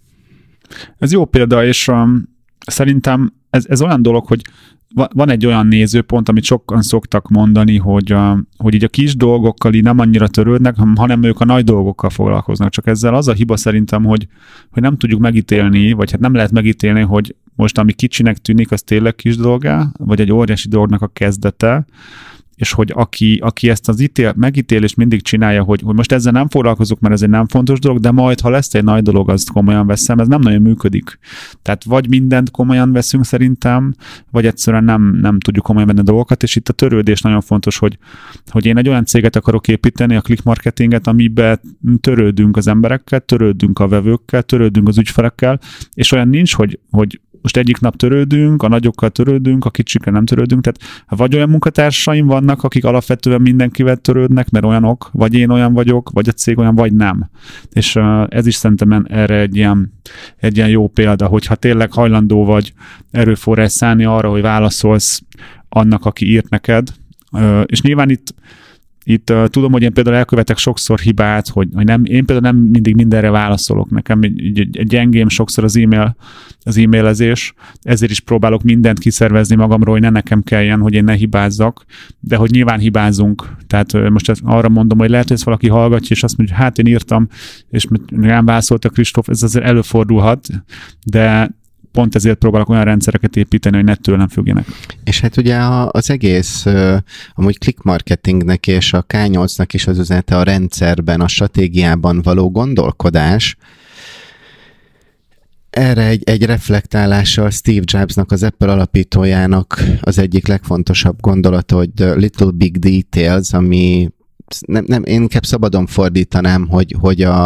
Ez jó példa, és um, szerintem ez, ez olyan dolog, hogy van egy olyan nézőpont, amit sokan szoktak mondani, hogy, uh, hogy így a kis dolgokkal így nem annyira törődnek, hanem ők a nagy dolgokkal foglalkoznak. Csak ezzel az a hiba szerintem, hogy, hogy nem tudjuk megítélni, vagy hát nem lehet megítélni, hogy most ami kicsinek tűnik, az tényleg kis dolgá, vagy egy óriási dolognak a kezdete, és hogy aki, aki ezt az ítél, megítélést mindig csinálja, hogy, hogy most ezzel nem foglalkozok, mert ez egy nem fontos dolog, de majd, ha lesz egy nagy dolog, azt komolyan veszem, ez nem nagyon működik. Tehát vagy mindent komolyan veszünk szerintem, vagy egyszerűen nem, nem tudjuk komolyan venni a dolgokat, és itt a törődés nagyon fontos, hogy, hogy én egy olyan céget akarok építeni, a click marketinget, amiben törődünk az emberekkel, törődünk a vevőkkel, törődünk az ügyfelekkel, és olyan nincs, hogy, hogy most egyik nap törődünk, a nagyokkal törődünk, a kicsikkel nem törődünk, tehát vagy olyan munkatársaim vannak, akik alapvetően mindenkivel törődnek, mert olyanok, vagy én olyan vagyok, vagy a cég olyan, vagy nem. És uh, ez is szerintem erre egy ilyen, egy ilyen jó példa, hogyha tényleg hajlandó vagy erőforrás szállni arra, hogy válaszolsz annak, aki írt neked, uh, és nyilván itt Itt uh, tudom, hogy én például elkövetek sokszor hibát, hogy, hogy nem, én például nem mindig mindenre válaszolok. Nekem egy, egy, egy gyengém sokszor az e-mail, az e-mailezés, ezért is próbálok mindent kiszervezni magamról, hogy ne nekem kelljen, hogy én ne hibázzak, de hogy nyilván hibázunk. Tehát uh, most arra mondom, hogy lehet, hogy ezt valaki hallgatja, és azt mondja, hogy hát én írtam, és rám válaszolt a Kristóf, ez azért előfordulhat, de pont ezért próbálok olyan rendszereket építeni, hogy ne tőlem függjenek. És hát ugye az egész amúgy click marketingnek és a ká nyolcnak is az üzenete a rendszerben, a stratégiában való gondolkodás. Erre egy, egy reflektálással Steve Jobsnak, az Apple alapítójának az egyik legfontosabb gondolata, hogy the little big details, ami nem, nem, én inkább szabadon fordítanám, hogy, hogy a,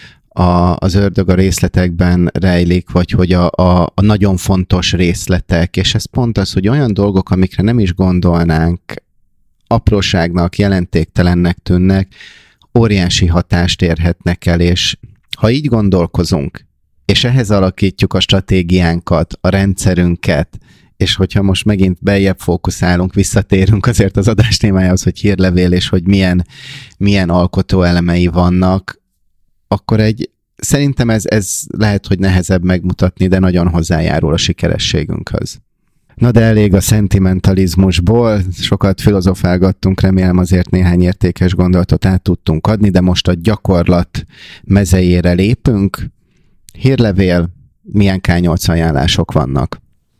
a, az ördög a részletekben rejlik, vagy hogy a, a, a nagyon fontos részletek, és ez pont az, hogy olyan dolgok, amikre nem is gondolnánk, apróságnak, jelentéktelennek tűnnek, óriási hatást érhetnek el, és ha így gondolkozunk, és ehhez alakítjuk a stratégiánkat, a rendszerünket, és hogyha most megint beljebb fókuszálunk, visszatérünk azért az adás témájához, hogy hírlevél, és hogy milyen, milyen alkotó elemei vannak, akkor egy, szerintem ez, ez lehet, hogy nehezebb megmutatni, de nagyon hozzájárul a sikerességünkhöz. Na de elég a szentimentalizmusból, sokat filozofálgattunk, remélem azért néhány értékes gondolatot át tudtunk adni, de most a gyakorlat mezejére lépünk. Hírlevél, milyen ká nyolc ajánlások vannak?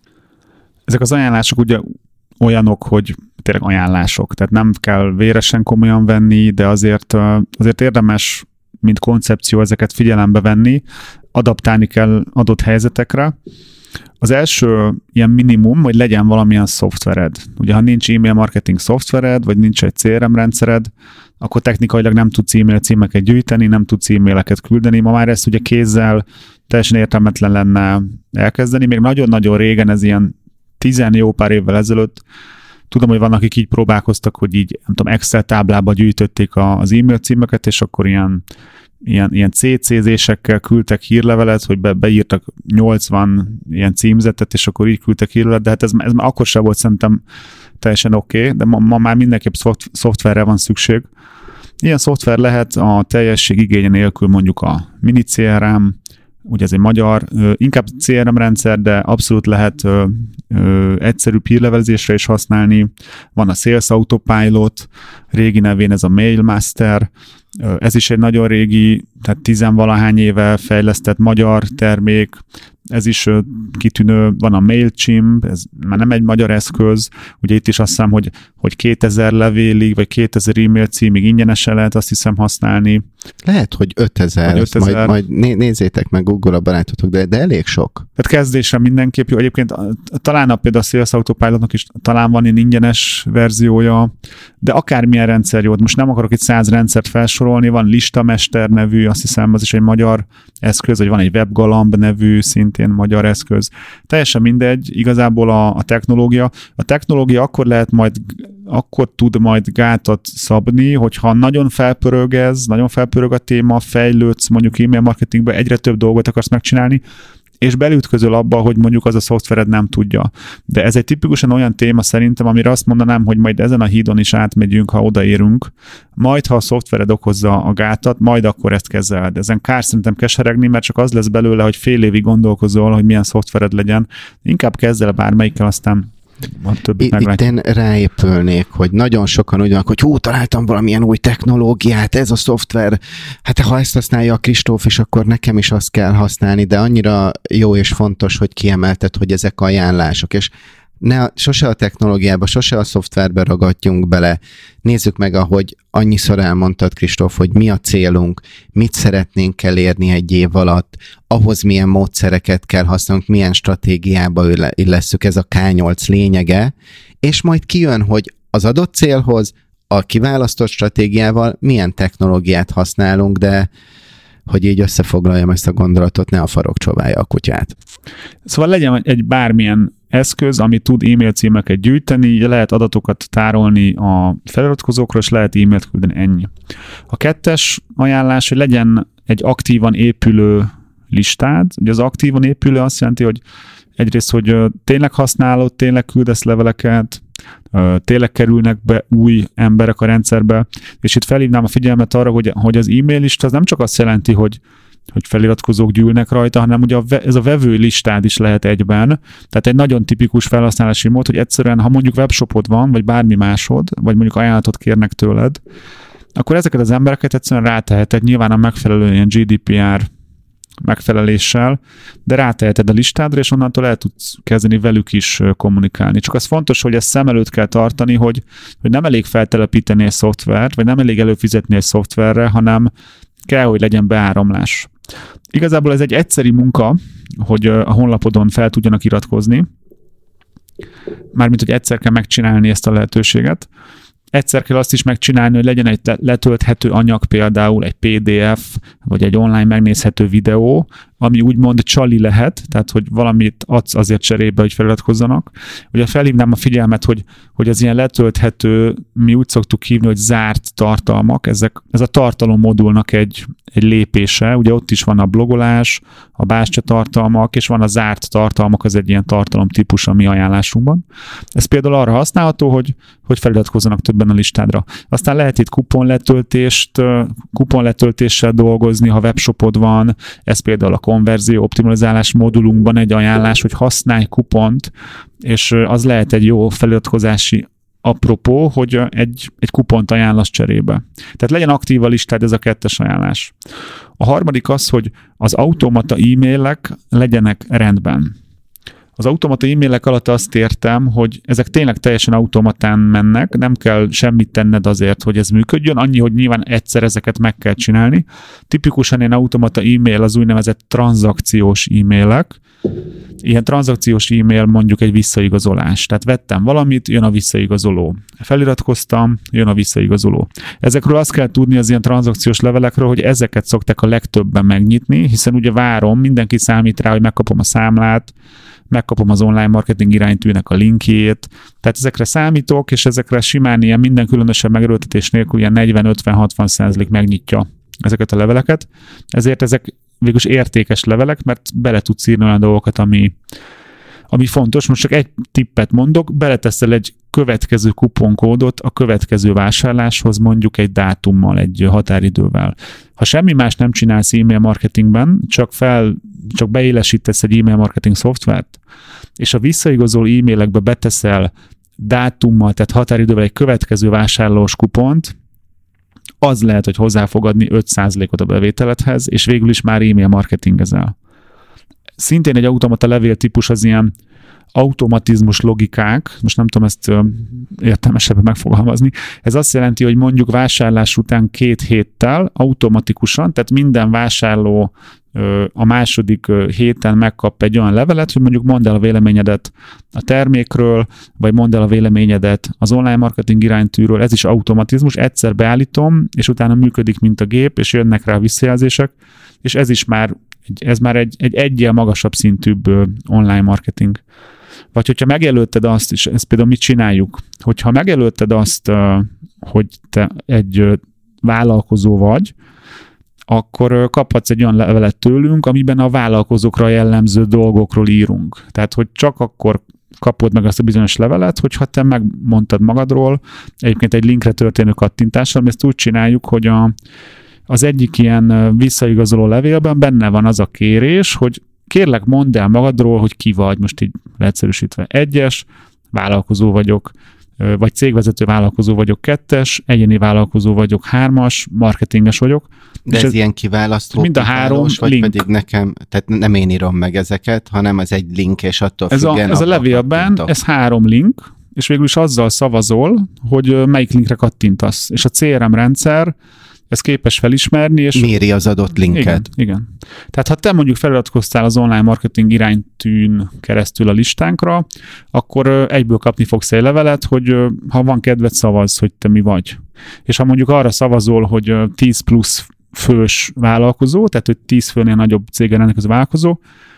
Ezek az ajánlások ugye olyanok, hogy tényleg ajánlások, tehát nem kell véresen komolyan venni, de azért, azért érdemes, mint koncepció ezeket figyelembe venni, adaptálni kell adott helyzetekre. Az első ilyen minimum, hogy legyen valamilyen szoftvered. Ugye, ha nincs e-mail marketing szoftvered, vagy nincs egy cé er em rendszered, akkor technikailag nem tudsz e-mail címeket gyűjteni, nem tudsz e-maileket küldeni. Ma már ezt ugye kézzel teljesen értelmetlen lenne elkezdeni. Még nagyon-nagyon régen, ez ilyen tizen jó pár évvel ezelőtt, tudom, hogy vannak, akik így próbálkoztak, hogy így, nem tudom, Excel táblába gyűjtötték az e-mail címeket, és akkor ilyen Ilyen, ilyen cé cé-zésekkel küldtek hírlevelet, hogy be, beírtak nyolcvan ilyen címzetet, és akkor így küldtek hírlevelet, de hát ez, ez már akkor sem volt szerintem teljesen oké, okay, de ma, ma már mindenképp szoft, szoftverre van szükség. Ilyen szoftver lehet a teljesség igénye nélkül mondjuk a mini cé er em, ugye ez egy magyar, inkább cé er em rendszer, de abszolút lehet ö, ö, egyszerűbb hírlevelezésre is használni. Van a Sales Autopilot, régi nevén ez a Mailmaster, ez is egy nagyon régi, tehát tizenvalahány éve fejlesztett magyar termék, ez is kitűnő, van a MailChimp, ez már nem egy magyar eszköz, ugye itt is azt hiszem, hogy, hogy kétezer levélig, vagy kétezer e-mail címig ingyenesen lehet azt hiszem használni. Lehet, hogy ötezer, ötezer. Majd, majd nézzétek meg Google a barátotok, de, de elég sok. Tehát kezdésre mindenképp jó. Egyébként talán a, például a Sales Autopilotnak is talán van ilyen ingyenes verziója, de akármilyen rendszer jó. Most nem akarok itt száz rendszert felsorolni, van Listamester nevű, azt hiszem, az is egy magyar eszköz, vagy van egy WebGalamb nevű, szintén magyar eszköz. Teljesen mindegy, igazából a, a technológia. A technológia akkor lehet majd, akkor tud majd gátat szabni, hogyha nagyon felpörög ez, nagyon felpörög a téma, fejlődsz mondjuk e-mail marketingben, egyre több dolgot akarsz megcsinálni, és belütközöl abba, hogy mondjuk az a szoftvered nem tudja. De ez egy tipikusan olyan téma szerintem, amire azt mondanám, hogy majd ezen a hídon is átmegyünk, ha odaérünk, majd ha a szoftvered okozza a gátat, majd akkor ezt kezeled. Ezen kár szerintem keseregni, mert csak az lesz belőle, hogy fél évig gondolkozol, hogy milyen szoftvered legyen. Inkább kezd el bármelyikkel, aztán Itt, itt én ráépülnék, hogy nagyon sokan úgy vannak, hogy hú, találtam valamilyen új technológiát, ez a szoftver, hát ha ezt használja a Kristóf, és akkor nekem is azt kell használni, de annyira jó és fontos, hogy kiemelted, hogy ezek ajánlások, és ne, sose a technológiába, sose a szoftverbe ragadjunk bele. Nézzük meg, ahogy annyiszor elmondtad, Kristóf, hogy mi a célunk, mit szeretnénk elérni egy év alatt, ahhoz milyen módszereket kell használnunk, milyen stratégiába illesszük, ez a ká nyolc lényege, és majd kijön, hogy az adott célhoz, a kiválasztott stratégiával milyen technológiát használunk, de hogy így összefoglaljam ezt a gondolatot, ne a farok csóválja a kutyát. Szóval legyen egy bármilyen eszköz, ami tud e-mail címeket gyűjteni, lehet adatokat tárolni a feliratkozókról, és lehet e-mailt küldeni, ennyi. A kettes ajánlás, hogy legyen egy aktívan épülő listád. Ugye az aktívan épülő azt jelenti, hogy egyrészt, hogy tényleg használod, tényleg küldesz leveleket, tényleg kerülnek be új emberek a rendszerbe, és itt felhívnám a figyelmet arra, hogy, hogy az e-mail lista az nem csak azt jelenti, hogy hogy feliratkozók gyűlnek rajta, hanem ugye a, ez a vevő listád is lehet egyben. Tehát egy nagyon tipikus felhasználási mód, hogy egyszerűen, ha mondjuk webshopod van, vagy bármi másod, vagy mondjuk ajánlatot kérnek tőled, akkor ezeket az embereket egyszerűen ráteheted, nyilván a megfelelő ilyen gé dé pé er megfeleléssel, de ráteheted a listádra, és onnantól el tudsz kezdeni velük is kommunikálni. Csak az fontos, hogy ezt szem előtt kell tartani, hogy, hogy nem elég feltelepíteni egy szoftvert, vagy nem elég előfizetni egy szoftverre, hanem kell, hogy legyen beáramlás. Igazából ez egy egyszeri munka, hogy a honlapodon fel tudjanak iratkozni. Mármint, hogy egyszer kell megcsinálni ezt a lehetőséget. Egyszer kell azt is megcsinálni, hogy legyen egy letölthető anyag, például egy pé dé ef, vagy egy online megnézhető videó, ami úgymond csali lehet, tehát hogy valamit adsz azért cserébe, hogy feliratkozzanak. Ugye felhívnám a figyelmet, hogy, hogy az ilyen letölthető, mi úgy szoktuk hívni, hogy zárt tartalmak, ezek, ez a tartalommodulnak egy, egy lépése, ugye ott is van a blogolás, a bástya tartalmak, és van a zárt tartalmak, az egy ilyen tartalomtípus a mi ajánlásunkban. Ez például arra használható, hogy, hogy feliratkozzanak többen a listádra. Aztán lehet itt kuponletöltést, kuponletöltéssel dolgozni, ha webshopod van, ez például a konverzió optimalizálás modulunkban egy ajánlás, hogy használj kupont, és az lehet egy jó feliratkozási apropó, hogy egy, egy kupont ajánlasz cserébe. Tehát legyen aktív a listád, ez a kettes ajánlás. A harmadik az, hogy az automata e-mailek legyenek rendben. Az automata e-mailek alatt azt értem, hogy ezek tényleg teljesen automatán mennek, nem kell semmit tenned azért, hogy ez működjön, annyi, hogy nyilván egyszer ezeket meg kell csinálni. Tipikusan ilyen automata e-mail az úgynevezett tranzakciós e-mailek. Ilyen tranzakciós e-mail mondjuk egy visszaigazolás. Tehát vettem valamit, jön a visszaigazoló. Feliratkoztam, jön a visszaigazoló. Ezekről azt kell tudni az ilyen tranzakciós levelekről, hogy ezeket szokták a legtöbben megnyitni, hiszen ugye várom, mindenki számít rá, hogy megkapom a számlát, megkapom az online marketing iránytűnek a linkjét, tehát ezekre számítok, és ezekre simán ilyen minden különösebb megerőltetés nélkül ilyen negyven-ötven-hatvan százalék megnyitja ezeket a leveleket. Ezért ezek végülis értékes levelek, mert bele tudsz írni olyan dolgokat, ami, ami fontos. Most csak egy tippet mondok, beleteszel egy következő kuponkódot a következő vásárláshoz, mondjuk egy dátummal, egy határidővel. Ha semmi más nem csinálsz e-mail marketingben, csak, fel, csak beélesítesz egy e-mail marketing szoftvert, és a visszaigazoló e-mailekbe beteszel dátummal, tehát határidővel egy következő vásárlós kupont, az lehet, hogy hozzá fog adni öt százalékot a bevételedhez, és végül is már e-mail marketingezel. Szintén egy automata levél típus az ilyen automatizmus logikák, most nem tudom ezt értelmesebben megfogalmazni, ez azt jelenti, hogy mondjuk vásárlás után két héttel automatikusan, tehát minden vásárló a második héten megkap egy olyan levelet, hogy mondjuk mondd el a véleményedet a termékről, vagy mondd el a véleményedet az online marketing iránytűről, ez is automatizmus, egyszer beállítom, és utána működik, mint a gép, és jönnek rá a visszajelzések, és ez is már, ez már egy, egy egyel magasabb szintűbb online marketing. Vagy hogyha megjelölted azt, és ezt például mit csináljuk, hogyha megjelölted azt, hogy te egy vállalkozó vagy, akkor kaphatsz egy olyan levelet tőlünk, amiben a vállalkozókra jellemző dolgokról írunk. Tehát, hogy csak akkor kapod meg azt a bizonyos levelet, hogyha te megmondtad magadról, egyébként egy linkre történő kattintással, ezt úgy csináljuk, hogy a, az egyik ilyen visszaigazoló levélben benne van az a kérés, hogy kérlek, mondd el magadról, hogy ki vagy, most így leegyszerűsítve. Egyes, vállalkozó vagyok, vagy cégvezető vállalkozó vagyok, kettes, egyéni vállalkozó vagyok, hármas, marketinges vagyok. De ez, ez ilyen kiválasztó, mind a három vagy link. Pedig nekem, tehát nem én írom meg ezeket, hanem ez egy link, és attól ez függően... A, ez a levélben, ez három link, és végül is azzal szavazol, hogy melyik linkre kattintasz. És a cé er em rendszer ez képes felismerni, és... méri az adott linket. Igen, igen. Tehát ha te mondjuk feliratkoztál az online marketing iránytűn keresztül a listánkra, akkor egyből kapni fogsz egy levelet, hogy ha van kedved, szavazz, hogy te mi vagy. És ha mondjuk arra szavazol, hogy tíz plusz fős vállalkozó, tehát hogy tíz főnél nagyobb cégen rendelkező vállalkozó,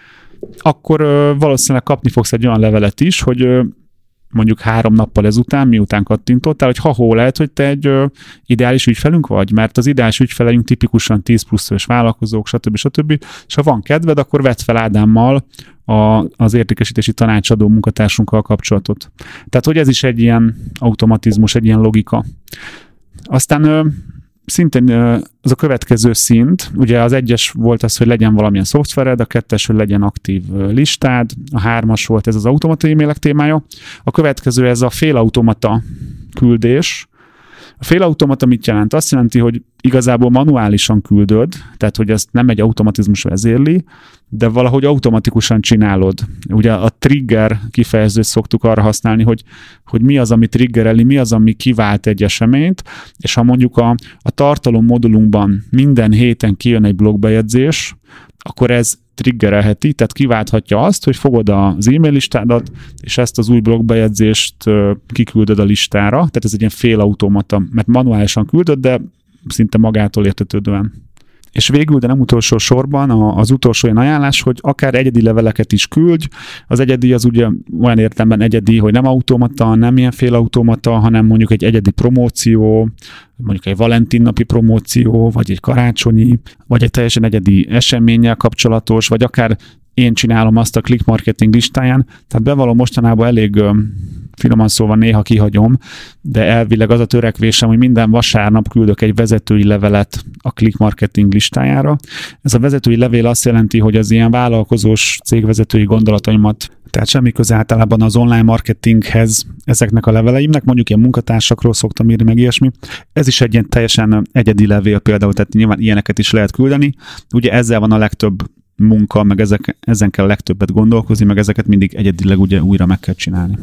akkor valószínűleg kapni fogsz egy olyan levelet is, hogy mondjuk három nappal ezután, miután kattintottál, hogy ha-hó, lehet, hogy te egy ö, ideális ügyfelünk vagy, mert az ideális ügyfeleink tipikusan tíz plusz fős vállalkozók, stb. stb. És ha van kedved, akkor vedd fel Ádámmal a, az értékesítési tanácsadó munkatársunkkal kapcsolatot. Tehát, hogy ez is egy ilyen automatizmus, egy ilyen logika. Aztán ö, szintén az a következő szint, ugye az egyes volt az, hogy legyen valamilyen szoftvered, a kettes, hogy legyen aktív listád, a hármas volt ez az automata e-mailek témája, a következő ez a félautomata küldés. A félautomata mit jelent? Azt jelenti, hogy igazából manuálisan küldöd, tehát hogy ezt nem egy automatizmus vezérli, de valahogy automatikusan csinálod. Ugye a trigger kifejezést szoktuk arra használni, hogy, hogy mi az, ami triggereli, mi az, ami kivált egy eseményt, és ha mondjuk a, a tartalom modulunkban minden héten kijön egy blogbejegyzés, akkor ez triggerelheti, tehát kiválthatja azt, hogy fogod az e-mail listádat, és ezt az új blogbejegyzést kiküldöd a listára, tehát ez egy ilyen félautomata, mert manuálisan küldöd, de szinte magától értetődően. És végül, de nem utolsó sorban az utolsó olyan ajánlás, hogy akár egyedi leveleket is küldj. Az egyedi az ugye olyan értelemben egyedi, hogy nem automata, nem ilyen félautomata, hanem mondjuk egy egyedi promóció, mondjuk egy Valentin napi promóció, vagy egy karácsonyi, vagy egy teljesen egyedi eseménnyel kapcsolatos, vagy akár én csinálom azt a click marketing listáján, tehát bevallom mostanában elég finoman szóval néha kihagyom, de elvileg az a törekvésem, hogy minden vasárnap küldök egy vezetői levelet a click marketing listájára. Ez a vezetői levél azt jelenti, hogy az ilyen vállalkozós cégvezetői gondolataimat, tehát semmi köze általában az online marketinghez ezeknek a leveleimnek, mondjuk ilyen munkatársakról szoktam írni, meg ilyesmi. Ez is egy ilyen teljesen egyedi levél például, tehát nyilván ilyeneket is lehet küldeni. Ugye ezzel van a legtöbb munka, meg ezek, ezen kell a legtöbbet gondolkozni, meg ezeket mindig egyedileg ugye újra meg kell csinálni.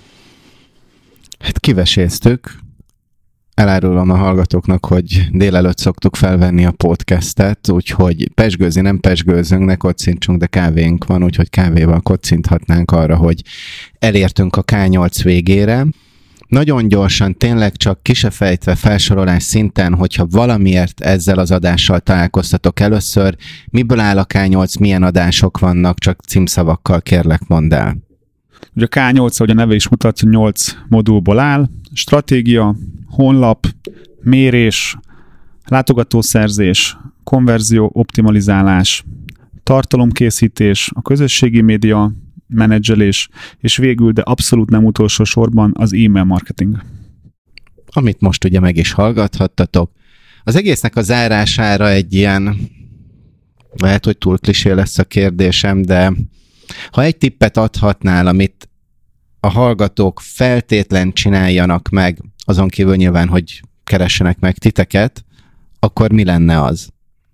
Hát kiveséztük. Elárulom a hallgatóknak, hogy délelőtt szoktuk felvenni a podcastet, úgyhogy pezsgőzni nem pezsgőzünk, ne kocintsunk, de kávénk van, úgyhogy kávéval kocinthatnánk arra, hogy elértünk a ká nyolc végére. Nagyon gyorsan, tényleg csak kisefejtve felsorolás szinten, hogyha valamiért ezzel az adással találkoztatok először, miből áll a ká nyolc, milyen adások vannak, csak címszavakkal kérlek, mondd el. Ugye a ká nyolc, ahogy a neve is mutatja, nyolc modulból áll. Stratégia, honlap, mérés, látogatószerzés, konverzió, optimalizálás, tartalomkészítés, a közösségi média, menedzselés, és végül, de abszolút nem utolsó sorban az e-mail marketing. Amit most ugye meg is hallgathattatok. Az egésznek a zárására egy ilyen, lehet, hogy túl klisé lesz a kérdésem, de ha egy tippet adhatnál, amit a hallgatók feltétlen csináljanak meg, azon kívül nyilván, hogy keressenek meg titeket, akkor mi lenne az?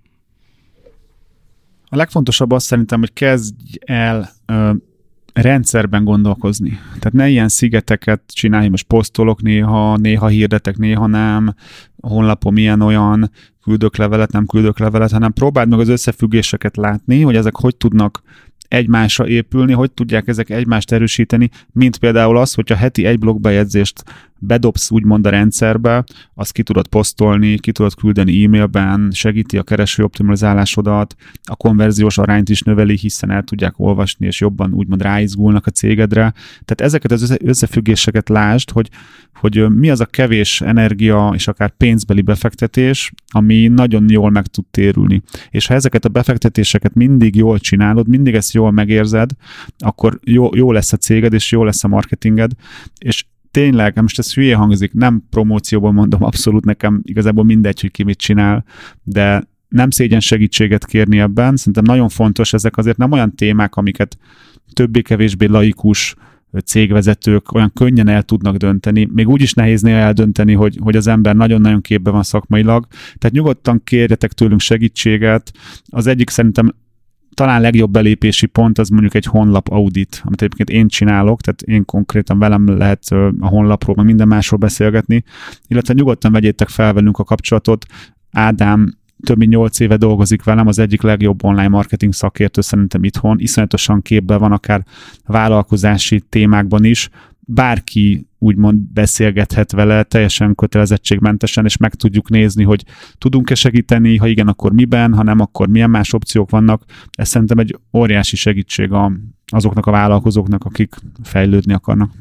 A legfontosabb az szerintem, hogy kezdj el ö, rendszerben gondolkozni. Tehát ne ilyen szigeteket csinálj, most posztolok néha, néha hirdetek, néha nem, a honlapom ilyen-olyan, küldök levelet, nem küldök levelet, hanem próbáld meg az összefüggéseket látni, hogy ezek hogy tudnak egymásra épülni, hogy tudják ezek egymást erősíteni, mint például az, hogyha heti egy blogbejegyzést bedobsz úgymond a rendszerbe, azt ki tudod posztolni, ki tudod küldeni e-mailben, segíti a kereső optimalizálásodat, a konverziós arányt is növeli, hiszen el tudják olvasni, és jobban úgymond ráizgulnak a cégedre. Tehát ezeket az összefüggéseket lásd, hogy, hogy mi az a kevés energia és akár pénzbeli befektetés, ami nagyon jól meg tud térülni. És ha ezeket a befektetéseket mindig jól csinálod, mindig ezt jól megérzed, akkor jó, jó lesz a céged, és jó lesz a marketinged, és tényleg, most ez hülye hangzik, nem promócióban mondom, abszolút nekem igazából mindegy, hogy ki mit csinál, de nem szégyen segítséget kérni ebben. Szerintem nagyon fontos, ezek azért nem olyan témák, amiket többé-kevésbé laikus cégvezetők olyan könnyen el tudnak dönteni. Még úgy is nehéz néha eldönteni, hogy, hogy az ember nagyon-nagyon képbe van szakmailag. Tehát nyugodtan kérjetek tőlünk segítséget. Az egyik szerintem talán legjobb belépési pont az mondjuk egy honlap audit, amit egyébként én csinálok, tehát én konkrétan velem lehet a honlapról, meg minden másról beszélgetni, illetve nyugodtan vegyétek fel velünk a kapcsolatot. Ádám több mint nyolc éve dolgozik velem, az egyik legjobb online marketing szakértő szerintem itthon, iszonyatosan képben van akár vállalkozási témákban is, bárki úgymond beszélgethet vele teljesen kötelezettségmentesen, és meg tudjuk nézni, hogy tudunk-e segíteni, ha igen, akkor miben, ha nem, akkor milyen más opciók vannak. Ez szerintem egy óriási segítség a, azoknak a vállalkozóknak, akik fejlődni akarnak.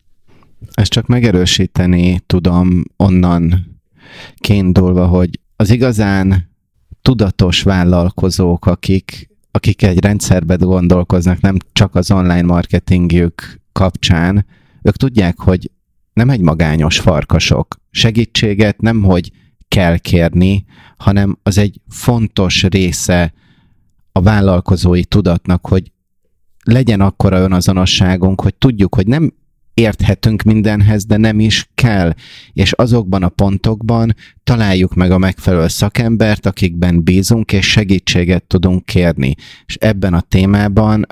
Ezt csak megerősíteni tudom onnan kiindulva, hogy az igazán tudatos vállalkozók, akik, akik egy rendszerben gondolkoznak, nem csak az online marketingjük kapcsán, ők tudják, hogy nem egy magányos farkasok. Segítséget nem, hogy kell kérni, hanem az egy fontos része a vállalkozói tudatnak, hogy legyen akkora önazonosságunk, hogy tudjuk, hogy nem érthetünk mindenhez, de nem is kell. És azokban a pontokban találjuk meg a megfelelő szakembert, akikben bízunk, és segítséget tudunk kérni. És ebben a témában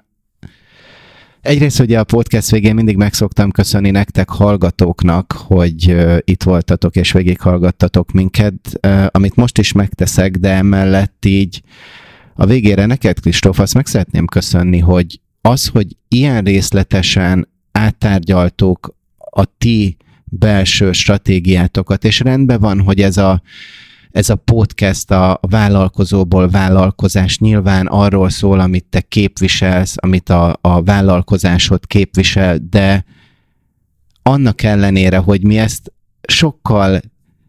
egyrészt ugye a podcast végén mindig meg szoktam köszönni nektek hallgatóknak, hogy uh, itt voltatok és végighallgattatok minket, uh, amit most is megteszek, de emellett így a végére neked, Kristóf, azt meg szeretném köszönni, hogy az, hogy ilyen részletesen áttárgyaltuk a ti belső stratégiátokat, és rendben van, hogy ez a, ez a podcast a vállalkozóból vállalkozás nyilván arról szól, amit te képviselsz, amit a, a vállalkozásod képvisel, de annak ellenére, hogy mi ezt sokkal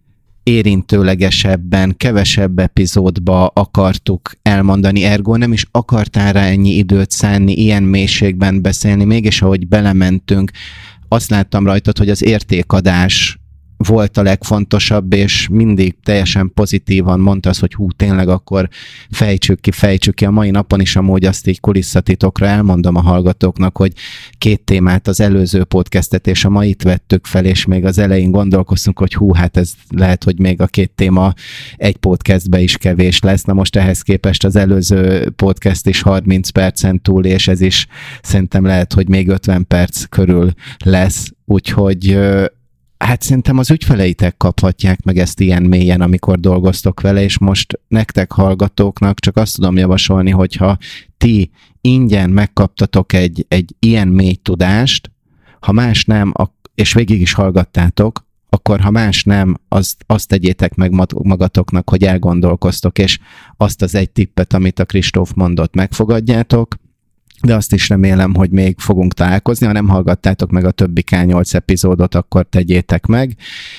érintőlegesebben, kevesebb epizódba akartuk elmondani, ergo nem is akartál rá ennyi időt szánni, ilyen mélységben beszélni, mégis ahogy belementünk, azt láttam rajtad, hogy az értékadás volt a legfontosabb, és mindig teljesen pozitívan mondta azt, hogy hú, tényleg akkor fejtsük ki, fejtsük ki. A mai napon is amúgy azt így kulisszatitokra elmondom a hallgatóknak, hogy két témát, az előző podcastet és a mait vettük fel, és még az elején gondolkoztunk, hogy hú, hát ez lehet, hogy még a két téma egy podcastbe is kevés lesz. Na most ehhez képest az előző podcast is harminc percen túl, és ez is szerintem lehet, hogy még ötven perc körül lesz. Úgyhogy hát szerintem az ügyfeleitek kaphatják meg ezt ilyen mélyen, amikor dolgoztok vele, és most nektek hallgatóknak csak azt tudom javasolni, hogyha ti ingyen megkaptatok egy, egy ilyen mély tudást, ha más nem, és végig is hallgattátok, akkor ha más nem, azt, azt tegyétek meg magatoknak, hogy elgondolkoztok, és azt az egy tippet, amit a Kristóf mondott, megfogadjátok, de azt is remélem, hogy még fogunk találkozni. Ha nem hallgattátok meg a többi ká nyolc epizódot, akkor tegyétek meg.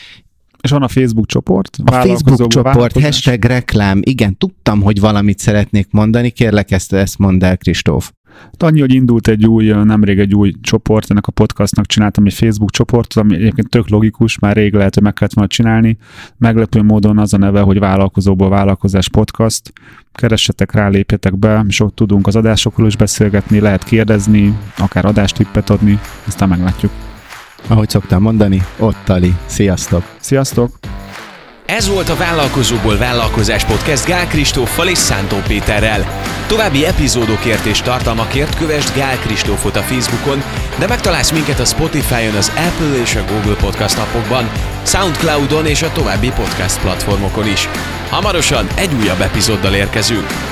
És van a Facebook csoport? A Facebook csoport, hashtag reklám. Igen, tudtam, hogy valamit szeretnék mondani. Kérlek, ezt, ezt mondd el, Kristóf. Annyi, hogy indult egy új, nemrég egy új csoport, ennek a podcastnak csináltam egy Facebook csoportot, ami egyébként tök logikus, már rég lehet, hogy meg kellett volna csinálni. Meglepő módon az a neve, hogy Vállalkozóból Vállalkozás Podcast. Keressetek rá, lépjetek be, és ott tudunk az adásokról is beszélgetni, lehet kérdezni, akár adástippet adni, aztán meglátjuk. Ahogy szoktam mondani, ott Tali. Sziasztok! Sziasztok! Ez volt a Vállalkozóból Vállalkozás Podcast Gál Kristóffal és Szántó Péterrel. További epizódokért és tartalmakért kövesd Gál Kristófot a Facebookon, de megtalálsz minket a Spotify-on, az Apple és a Google Podcast appokban, Soundcloudon és a további podcast platformokon is. Hamarosan egy újabb epizóddal érkezünk.